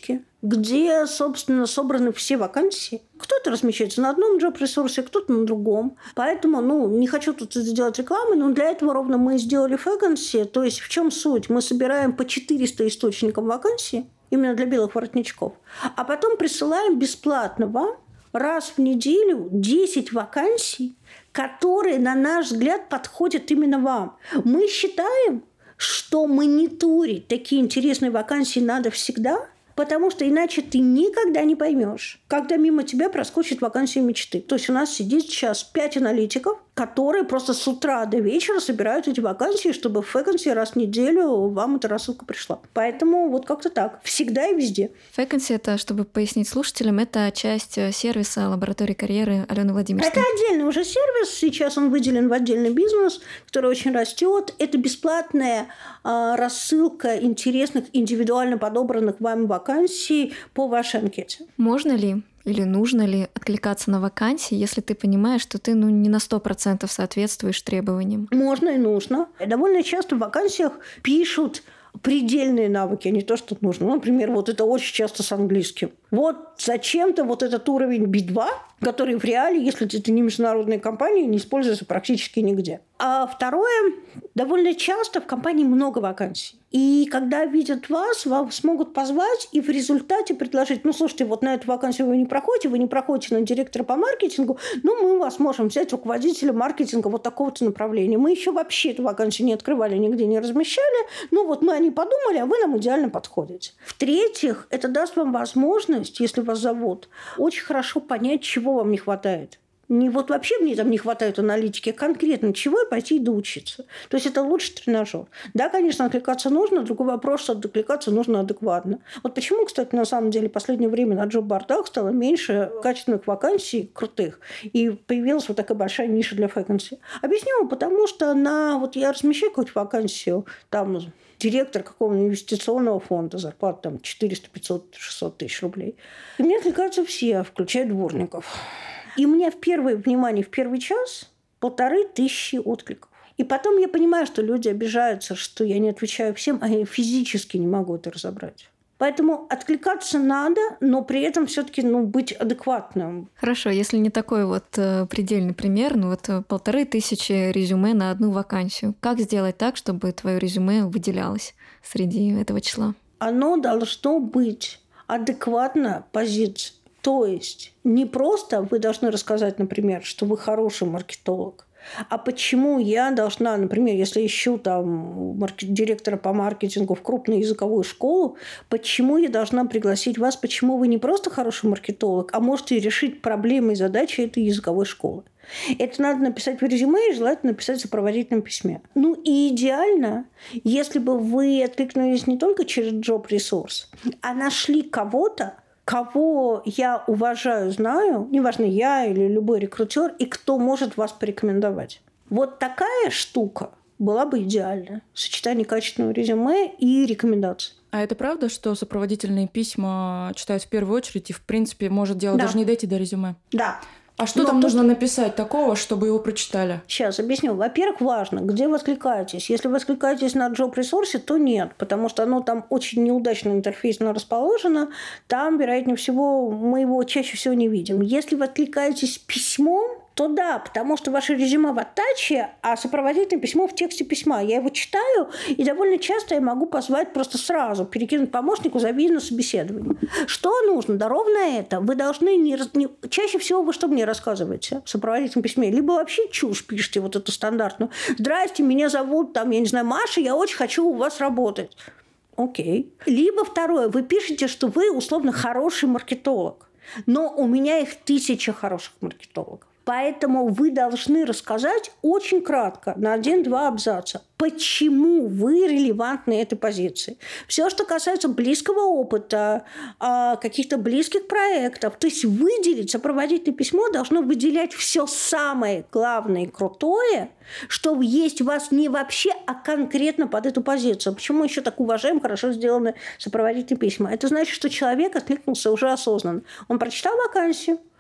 где, собственно, собраны все вакансии. Кто-то размещается на одном джоб-ресурсе, кто-то на другом. Поэтому, ну, не хочу тут сделать рекламы, но для этого ровно мы и сделали vacancy. То есть в чем суть? Мы собираем по четыреста источников вакансий, именно для белых воротничков, а потом присылаем бесплатно вам раз в неделю десять вакансий, которые, на наш взгляд, подходят именно вам. Мы считаем, что мониторить такие интересные вакансии надо всегда, потому что иначе ты никогда не поймешь, когда мимо тебя проскочит вакансия мечты. То есть у нас сидит сейчас пять аналитиков, которые просто с утра до вечера собирают эти вакансии, чтобы в vacancy раз в неделю вам эта рассылка пришла. Поэтому вот как-то так. Всегда и везде. Vacancy — это, чтобы пояснить слушателям, это часть сервиса лаборатории карьеры Алены Владимирской. Это отдельный уже сервис. Сейчас он выделен в отдельный бизнес, который очень растет. Это бесплатная э, рассылка интересных, индивидуально подобранных вами вакансий по вашей анкете. Можно ли или нужно ли откликаться на вакансии, если ты понимаешь, что ты ну, не на сто процентов соответствуешь требованиям? Можно и нужно. Довольно часто в вакансиях пишут предельные навыки, а не то, что нужно. Например, вот это очень часто с английским. Вот зачем-то вот этот уровень би два, который в реале, если это не международная компания, не используется практически нигде. А второе, довольно часто в компании много вакансий. И когда видят вас, вас могут позвать и в результате предложить, ну, слушайте, вот на эту вакансию вы не проходите, вы не проходите на директора по маркетингу, ну, мы вас можем взять руководителя маркетинга вот такого-то направления. Мы еще вообще эту вакансию не открывали, нигде не размещали, ну, вот мы о ней подумали, а вы нам идеально подходите. В-третьих, это даст вам возможность, если вас зовут, очень хорошо понять, чего вам не хватает. Не вот вообще мне там не хватает аналитики, а конкретно чего и пойти и доучиться. То есть это лучший тренажер. Да, конечно, откликаться нужно. Другой вопрос, что откликаться нужно адекватно. Вот почему, кстати, на самом деле в последнее время на джоб-бордах стало меньше качественных вакансий крутых. И появилась вот такая большая ниша для vacancy. Объясню, потому что на... Вот я размещаю какую-то вакансию, там директор какого-нибудь инвестиционного фонда, зарплата там четыреста, пятьсот, шестьсот тысяч рублей. И мне откликаются все, включая дворников. И у меня в первое внимание, в первый час полторы тысячи откликов. И потом я понимаю, что люди обижаются, что я не отвечаю всем, а я физически не могу это разобрать. Поэтому откликаться надо, но при этом все-таки ну, быть адекватным. Хорошо, если не такой вот э, предельный пример, ну вот полторы тысячи резюме на одну вакансию. Как сделать так, чтобы твое резюме выделялось среди этого числа? Оно должно быть адекватно позиции. То есть не просто вы должны рассказать, например, что вы хороший маркетолог, а почему я должна, например, если ищу там директора по маркетингу в крупную языковую школу, почему я должна пригласить вас, почему вы не просто хороший маркетолог, а можете решить проблемы и задачи этой языковой школы. Это надо написать в резюме и желательно написать в сопроводительном письме. Ну и идеально, если бы вы откликнулись не только через джоб-ресурс, а нашли кого-то, кого я уважаю, знаю, неважно, я или любой рекрутер, и кто может вас порекомендовать. Вот такая штука была бы идеальна. Сочетание качественного резюме и рекомендаций. А это правда, что сопроводительные письма читают в первую очередь и, в принципе, может дело Да. даже не дойти до резюме? Да. А что Но там тут... нужно написать такого, чтобы его прочитали? Сейчас объясню. Во-первых, важно, где вы откликаетесь. Если вы откликаетесь на джоб-ресурсе, то нет, потому что оно там очень неудачно интерфейсно расположено. Там, вероятнее всего, мы его чаще всего не видим. Если вы откликаетесь письмом, то да, потому что ваше резюме в оттаче, а сопроводительное письмо в тексте письма. Я его читаю, и довольно часто я могу позвать просто сразу, перекинуть помощнику за визу на собеседование. Что нужно? Да ровно это. Вы должны не... не... Чаще всего вы что мне рассказываете в сопроводительном письме? Либо вообще чушь пишете, вот эту стандартную. «Здрасте, меня зовут, там, я не знаю, Маша, я очень хочу у вас работать». Окей. Либо второе. Вы пишете, что вы, условно, хороший маркетолог. Но у меня их тысяча хороших маркетологов. Поэтому вы должны рассказать очень кратко, на один-два абзаца, почему вы релевантны этой позиции. Все, что касается близкого опыта, каких-то близких проектов, то есть выделить, сопроводительное письмо должно выделять все самое главное и крутое, что есть у вас не вообще, а конкретно под эту позицию. Почему еще так уважаем хорошо сделаны сопроводительные письма? Это значит, что человек откликнулся уже осознанно. Он прочитал вакансию,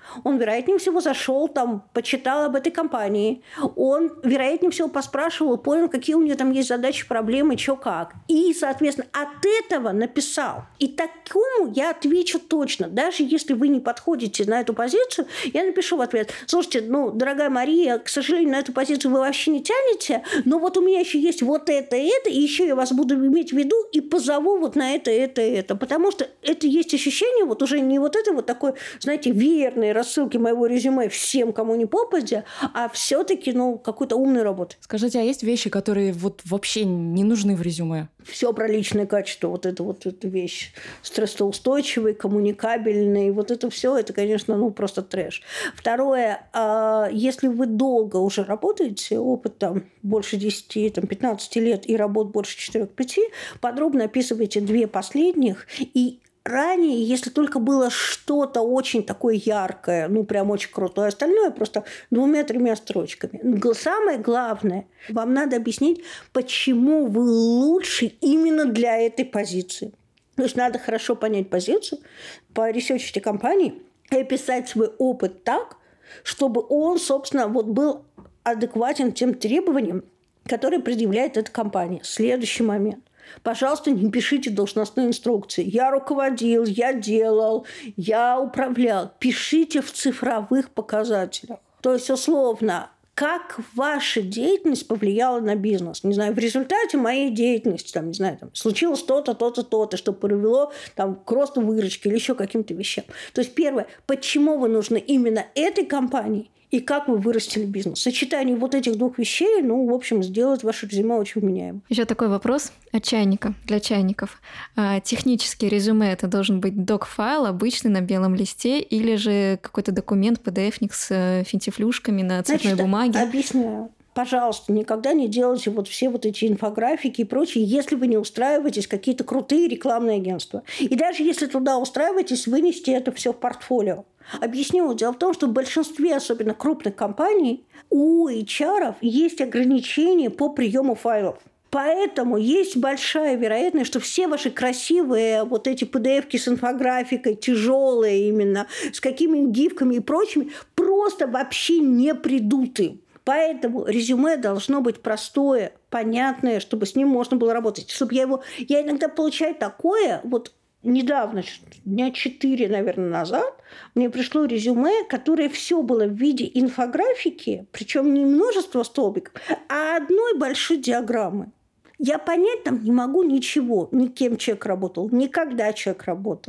Он, вероятнее всего, зашел там, почитал об этой компании. Он, вероятнее всего, поспрашивал, понял, какие у нее там есть задачи, проблемы, что как. И, соответственно, от этого написал. И такому я отвечу точно. Даже если вы не подходите на эту позицию, я напишу в ответ: слушайте, ну, дорогая Мария, к сожалению, на эту позицию вы вообще не тянете, но вот у меня еще есть вот это и это, и еще я вас буду иметь в виду и позову вот на это, это и это. Потому что это есть ощущение, вот уже не вот это вот такой, знаете, верной рассылки моего резюме всем, кому не попадя, а все-таки, ну, какой-то умной работы. Скажите, а есть вещи, которые вот вообще не нужны в резюме? Все про личное качество, вот это вот эта вещь. Стрессоустойчивый, коммуникабельный, вот это все, это, конечно, ну, просто трэш. Второе, если вы долго уже работаете, опыт там больше десяти, там, пятнадцати лет и работ больше четырёх-пяти, подробно описывайте две последних, и ранее, если только было что-то очень такое яркое, ну, прям очень крутое, остальное просто двумя-тремя строчками. Самое главное, вам надо объяснить, почему вы лучше именно для этой позиции. То есть надо хорошо понять позицию, поресерчить компании и описать свой опыт так, чтобы он, собственно, вот был адекватен тем требованиям, которые предъявляет эта компания. Следующий момент. Пожалуйста, не пишите должностные инструкции. Я руководил, я делал, я управлял. Пишите в цифровых показателях. То есть, условно, как ваша деятельность повлияла на бизнес. Не знаю, в результате моей деятельности, там, не знаю, там, случилось то-то, то-то, то-то, что привело там, к росту выручки или еще каким-то вещам. То есть, первое, почему вы нужны именно этой компании, и как вы вырастили бизнес. Сочетание вот этих двух вещей, ну, в общем, сделает ваше резюме очень вменяемым. Еще такой вопрос от чайника, для чайников. А, технически резюме это должен быть док-файл, обычный на белом листе, или же какой-то документ, пи ди эф-ник с финтифлюшками на цветной Значит, бумаге? Объясняю. Пожалуйста, никогда не делайте вот все вот эти инфографики и прочее, если вы не устраиваетесь в какие-то крутые рекламные агентства. И даже если туда устраиваетесь, вынести это все в портфолио. Объясню. Дело в том, что в большинстве, особенно крупных компаний, у эйч ар есть ограничения по приему файлов. Поэтому есть большая вероятность, что все ваши красивые вот эти пи ди эф-ки с инфографикой, тяжелые именно, с какими-нибудь гифками и прочими, просто вообще не придут им. Поэтому резюме должно быть простое, понятное, чтобы с ним можно было работать. Чтобы я его... Я иногда получаю такое... Вот недавно, дня четыре, наверное, назад, мне пришло резюме, которое все было в виде инфографики, причем не множество столбиков, а одной большой диаграммы. Я понять там не могу ничего, ни кем человек работал, ни когда человек работал,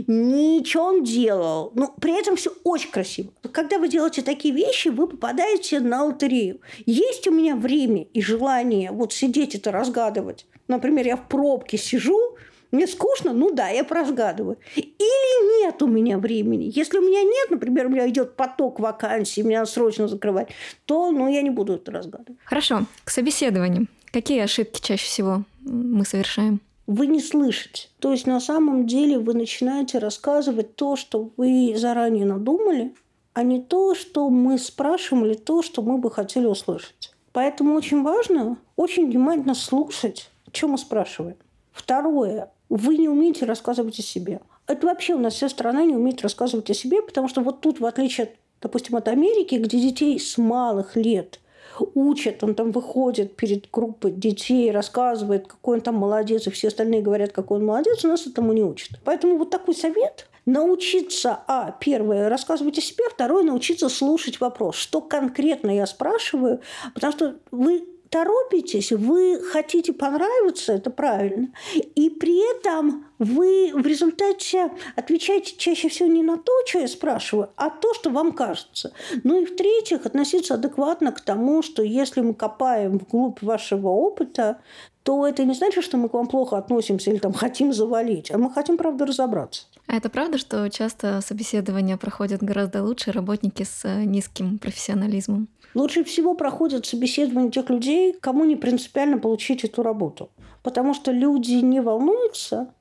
ни что он делал. Но при этом все очень красиво. Когда вы делаете такие вещи, вы попадаете на лотерею. Есть у меня время и желание вот сидеть это разгадывать. Например, я в пробке сижу, мне скучно, ну да, я поразгадываю. Или нет у меня времени. Если у меня нет, например, у меня идет поток вакансий, меня надо срочно закрывать, то ну, я не буду это разгадывать. Хорошо, к собеседованию. Какие ошибки чаще всего мы совершаем? Вы не слышите. То есть на самом деле вы начинаете рассказывать то, что вы заранее надумали, а не то, что мы спрашиваем, или то, что мы бы хотели услышать. Поэтому очень важно очень внимательно слушать, что мы спрашиваем. Второе. Вы не умеете рассказывать о себе. Это вообще у нас вся страна не умеет рассказывать о себе, потому что вот тут, в отличие, допустим, от Америки, где детей с малых лет учат, он там выходит перед группой детей, рассказывает, какой он там молодец, и все остальные говорят, какой он молодец, у нас этому не учат. Поэтому вот такой совет – научиться, а, первое, рассказывать о себе, второе, научиться слушать вопрос, что конкретно я спрашиваю, потому что вы торопитесь, вы хотите понравиться, это правильно, и при этом вы в результате отвечаете чаще всего не на то, что я спрашиваю, а то, что вам кажется. Ну и в-третьих, относиться адекватно к тому, что если мы копаем вглубь вашего опыта, то это не значит, что мы к вам плохо относимся или там хотим завалить, а мы хотим, правда, разобраться. А это правда, что часто собеседования проходят гораздо лучше работники с низким профессионализмом? Лучше всего проходят собеседования тех людей, кому не принципиально получить эту работу. Потому что люди не волнуются,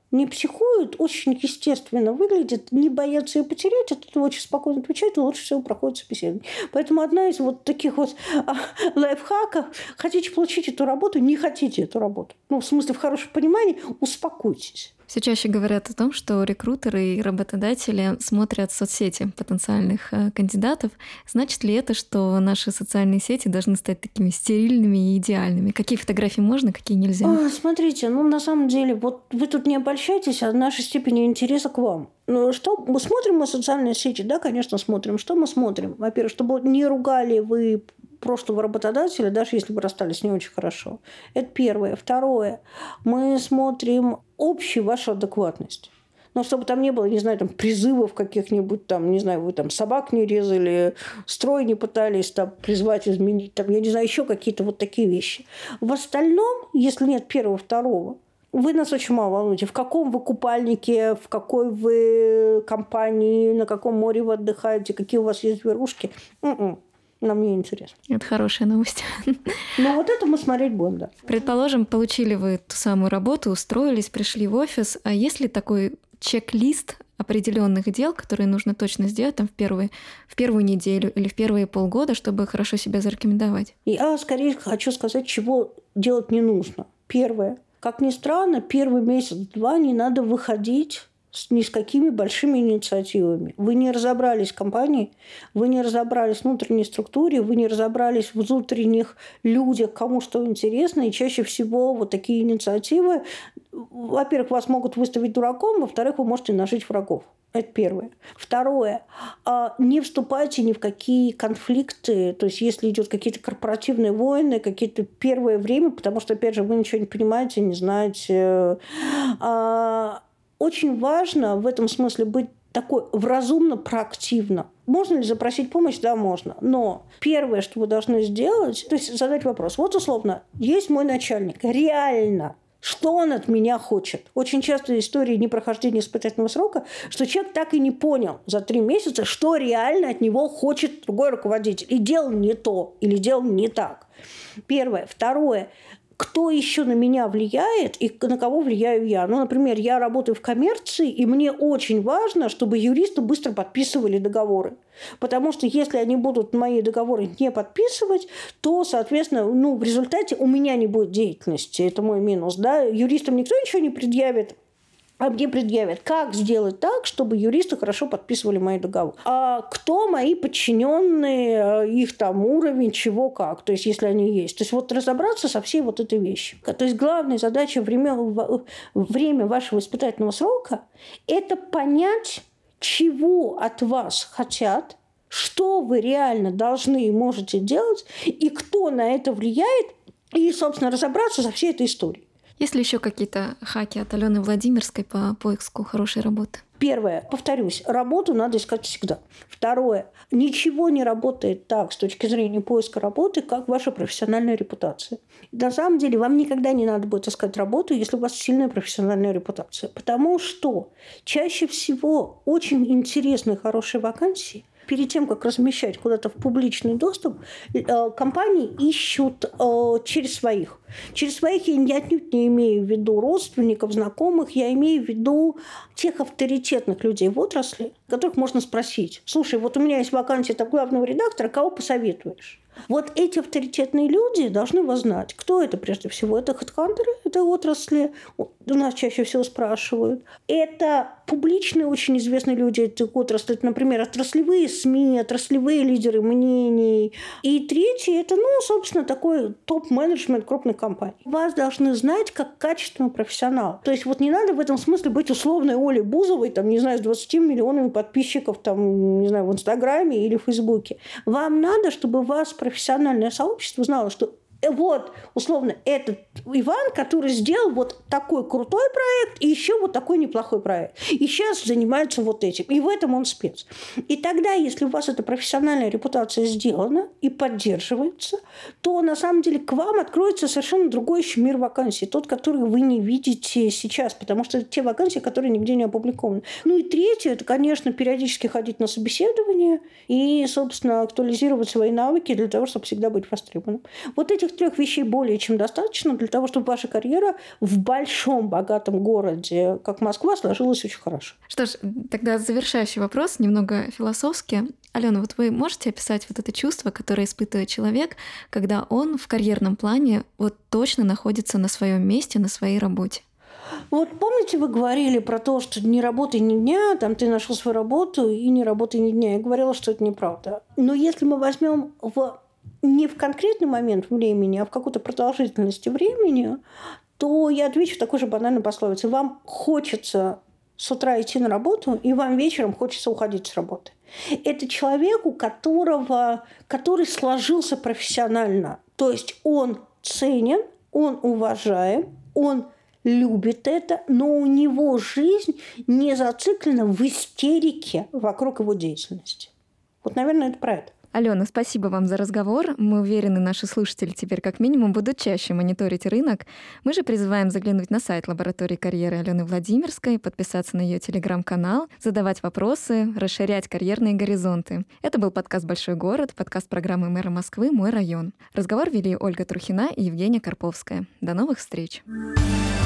не психуют, очень естественно выглядят, не боятся ее потерять, от этого очень спокойно отвечают, и лучше всего проходит собеседование. Поэтому одна из вот таких вот лайфхаков: хотите получить эту работу, не хотите эту работу. Ну, в смысле, в хорошем понимании, успокойтесь. Все чаще говорят о том, что рекрутеры и работодатели смотрят соцсети потенциальных э, кандидатов. Значит ли это, что наши социальные сети должны стать такими стерильными и идеальными? Какие фотографии можно, какие нельзя? А, смотрите, ну на самом деле, вот вы тут не обольщайтесь от нашей степени интереса к вам. Ну, что мы смотрим мы социальные сети? Да, конечно, смотрим. Что мы смотрим? Во-первых, чтобы не ругали вы прошлого работодателя, даже если вы расстались не очень хорошо. Это первое. Второе. Мы смотрим общую вашу адекватность. Но чтобы там не было, не знаю, там призывов каких-нибудь, там, не знаю, вы там собак не резали, строй не пытались там призвать, изменить, там, я не знаю, еще какие-то вот такие вещи. В остальном, если нет первого, второго, вы нас очень мало волнуете. В каком вы купальнике, в какой вы компании, на каком море вы отдыхаете, какие у вас есть зверушки. М-м. Нам не интересно. Это хорошая новость. Но вот это мы смотреть будем, да. Предположим, получили вы ту самую работу, устроились, пришли в офис. А есть ли такой чек-лист определенных дел, которые нужно точно сделать там в, первые, в первую неделю или в первые полгода, чтобы хорошо себя зарекомендовать? Я скорее хочу сказать, чего делать не нужно. Первое. Как ни странно, первый месяц-два не надо выходить с ни с какими большими инициативами. Вы не разобрались в компании, вы не разобрались в внутренней структуре, вы не разобрались в внутренних людях, кому что интересно. И чаще всего вот такие инициативы, во-первых, вас могут выставить дураком, во-вторых, вы можете нажить врагов. Это первое. Второе. Не вступайте ни в какие конфликты. То есть, если идет какие-то корпоративные войны, какие-то первое время, потому что, опять же, вы ничего не понимаете, не знаете. Очень важно в этом смысле быть такой разумно проактивно. Можно ли запросить помощь? Да, можно. Но первое, что вы должны сделать, то есть задать вопрос. Вот условно, есть мой начальник. Реально. Что он от меня хочет? Очень часто истории непрохождения испытательного срока, что человек так и не понял за три месяца, что реально от него хочет другой руководитель. И делал не то, или делал не так. Первое. Второе. Кто еще на меня влияет и на кого влияю я? Ну, например, я работаю в коммерции, и мне очень важно, чтобы юристы быстро подписывали договоры. Потому что если они будут мои договоры не подписывать, то, соответственно, ну, в результате у меня не будет деятельности. Это мой минус. Да? Юристам никто ничего не предъявит. А мне предъявят, как сделать так, чтобы юристы хорошо подписывали мои договоры. А кто мои подчиненные, их там уровень, чего, как. То есть, если они есть. То есть, вот разобраться со всей вот этой вещью. То есть, главная задача время, время вашего испытательного срока – это понять, чего от вас хотят, что вы реально должны и можете делать, и кто на это влияет, и, собственно, разобраться со всей этой историей. Есть ли еще какие-то хаки от Алены Владимирской по поиску хорошей работы? Первое. Повторюсь, работу надо искать всегда. Второе. Ничего не работает так с точки зрения поиска работы, как ваша профессиональная репутация. На самом деле, вам никогда не надо будет искать работу, если у вас сильная профессиональная репутация. Потому что чаще всего очень интересные, хорошие вакансии перед тем, как размещать куда-то в публичный доступ, компании ищут через своих. Через своих я отнюдь не имею в виду родственников, знакомых, я имею в виду тех авторитетных людей в отрасли, которых можно спросить. Слушай, вот у меня есть вакансия там главного редактора, кого посоветуешь? Вот эти авторитетные люди должны вас знать. Кто это прежде всего? Это хедхантеры этой отрасли. У нас чаще всего спрашивают. Это публичные очень известные люди этой отрасли. Это, например, отраслевые СМИ, отраслевые лидеры мнений. И третье – это, ну, собственно, такой топ-менеджмент крупных компаний. Вас должны знать как качественного профессионала. То есть вот не надо в этом смысле быть условной Олей Бузовой, там, не знаю, с двадцатью миллионами подписчиков там, не знаю, в Инстаграме или в Фейсбуке. Вам надо, чтобы вас профессиональное сообщество знало, что вот, условно, этот Иван, который сделал вот такой крутой проект и еще вот такой неплохой проект. И сейчас занимается вот этим. И в этом он спец. И тогда, если у вас эта профессиональная репутация сделана и поддерживается, то на самом деле к вам откроется совершенно другой еще мир вакансий. Тот, который вы не видите сейчас. Потому что это те вакансии, которые нигде не опубликованы. Ну и третье, это, конечно, периодически ходить на собеседование и, собственно, актуализировать свои навыки для того, чтобы всегда быть востребованным. Вот этих этих трех вещей более чем достаточно для того, чтобы ваша карьера в большом, богатом городе, как Москва, сложилась очень хорошо. Что ж, тогда завершающий вопрос, немного философски. Алена, вот вы можете описать вот это чувство, которое испытывает человек, когда он в карьерном плане вот точно находится на своем месте, на своей работе? Вот помните, вы говорили про то, что не работай ни дня, там ты нашел свою работу и не работай ни дня. Я говорила, что это неправда. Но если мы возьмем в, не в конкретный момент времени, а в какой-то продолжительности времени, то я отвечу в такой же банальной пословице. Вам хочется с утра идти на работу, и вам вечером хочется уходить с работы. Это человек, у которого, который сложился профессионально. То есть он ценен, он уважаем, он любит это, но у него жизнь не зациклена в истерике вокруг его деятельности. Вот, наверное, это про это. Алена, спасибо вам за разговор. Мы уверены, наши слушатели теперь как минимум будут чаще мониторить рынок. Мы же призываем заглянуть на сайт лаборатории карьеры Алены Владимирской, подписаться на ее телеграм-канал, задавать вопросы, расширять карьерные горизонты. Это был подкаст «Большой город», подкаст программы мэра Москвы «Мой район». Разговор вели Ольга Трухина и Евгения Карповская. До новых встреч!